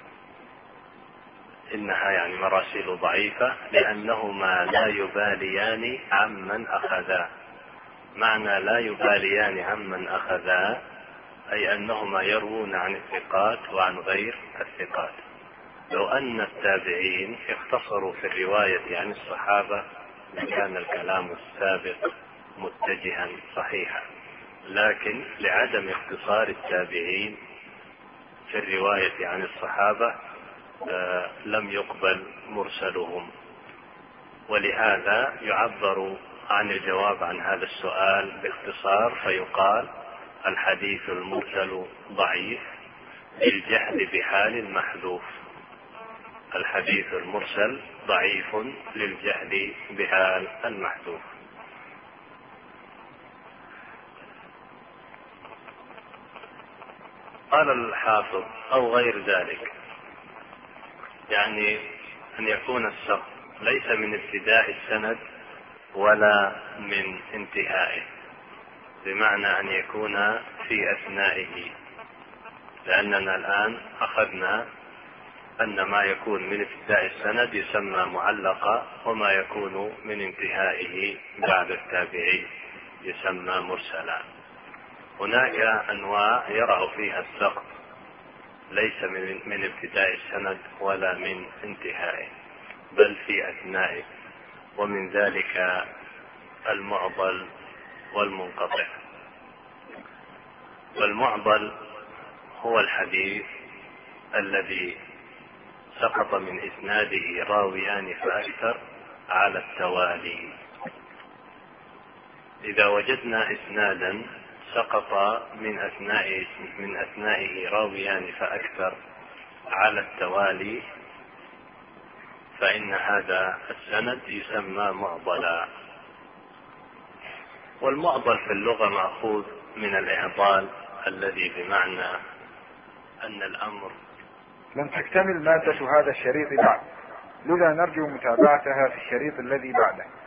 إنها يعني مراسيل ضعيفة لأنهما لا يباليان عمن أخذا. معنى لا يباليان عمن أخذا أي أنهما يروون عن الثقات وعن غير الثقات. لو أن التابعين اختصروا في الرواية عن الصحابة لكان الكلام السابق متجها صحيحا، لكن لعدم اختصار التابعين في الرواية عن الصحابة لم يقبل مرسلهم. ولهذا يعبر عن الجواب عن هذا السؤال باختصار فيقال: الحديث المرسل ضعيف للجهل بحال المحذوف. الحديث المرسل ضعيف للجهل بحال المحذوف. قال الحافظ: أو غير ذلك، يعني أن يكون السقط ليس من ابتداء السند ولا من انتهائه، بمعنى أن يكون في أثنائه، لأننا الآن أخذنا أن ما يكون من ابتداء السند يسمى معلقا، وما يكون من انتهائه بعد التابعي يسمى مرسلا. هناك أنواع يرى فيها السقط ليس من ابتداء السند ولا من انتهائه، بل في أثنائه، ومن ذلك المعضل والمنقطع. والمعضل هو الحديث الذي سقط من إسناده راويان فأكثر على التوالي. إذا وجدنا إسنادا سقط من أثنائه راويان فأكثر على التوالي، فإن هذا السند يسمى معضلا. والمعضل في اللغة مأخوذ من الإعضال الذي بمعنى أن الأمر لم تكتمل مادة هذا الشريط بعد، لذا نرجو متابعتها في الشريط الذي بعده.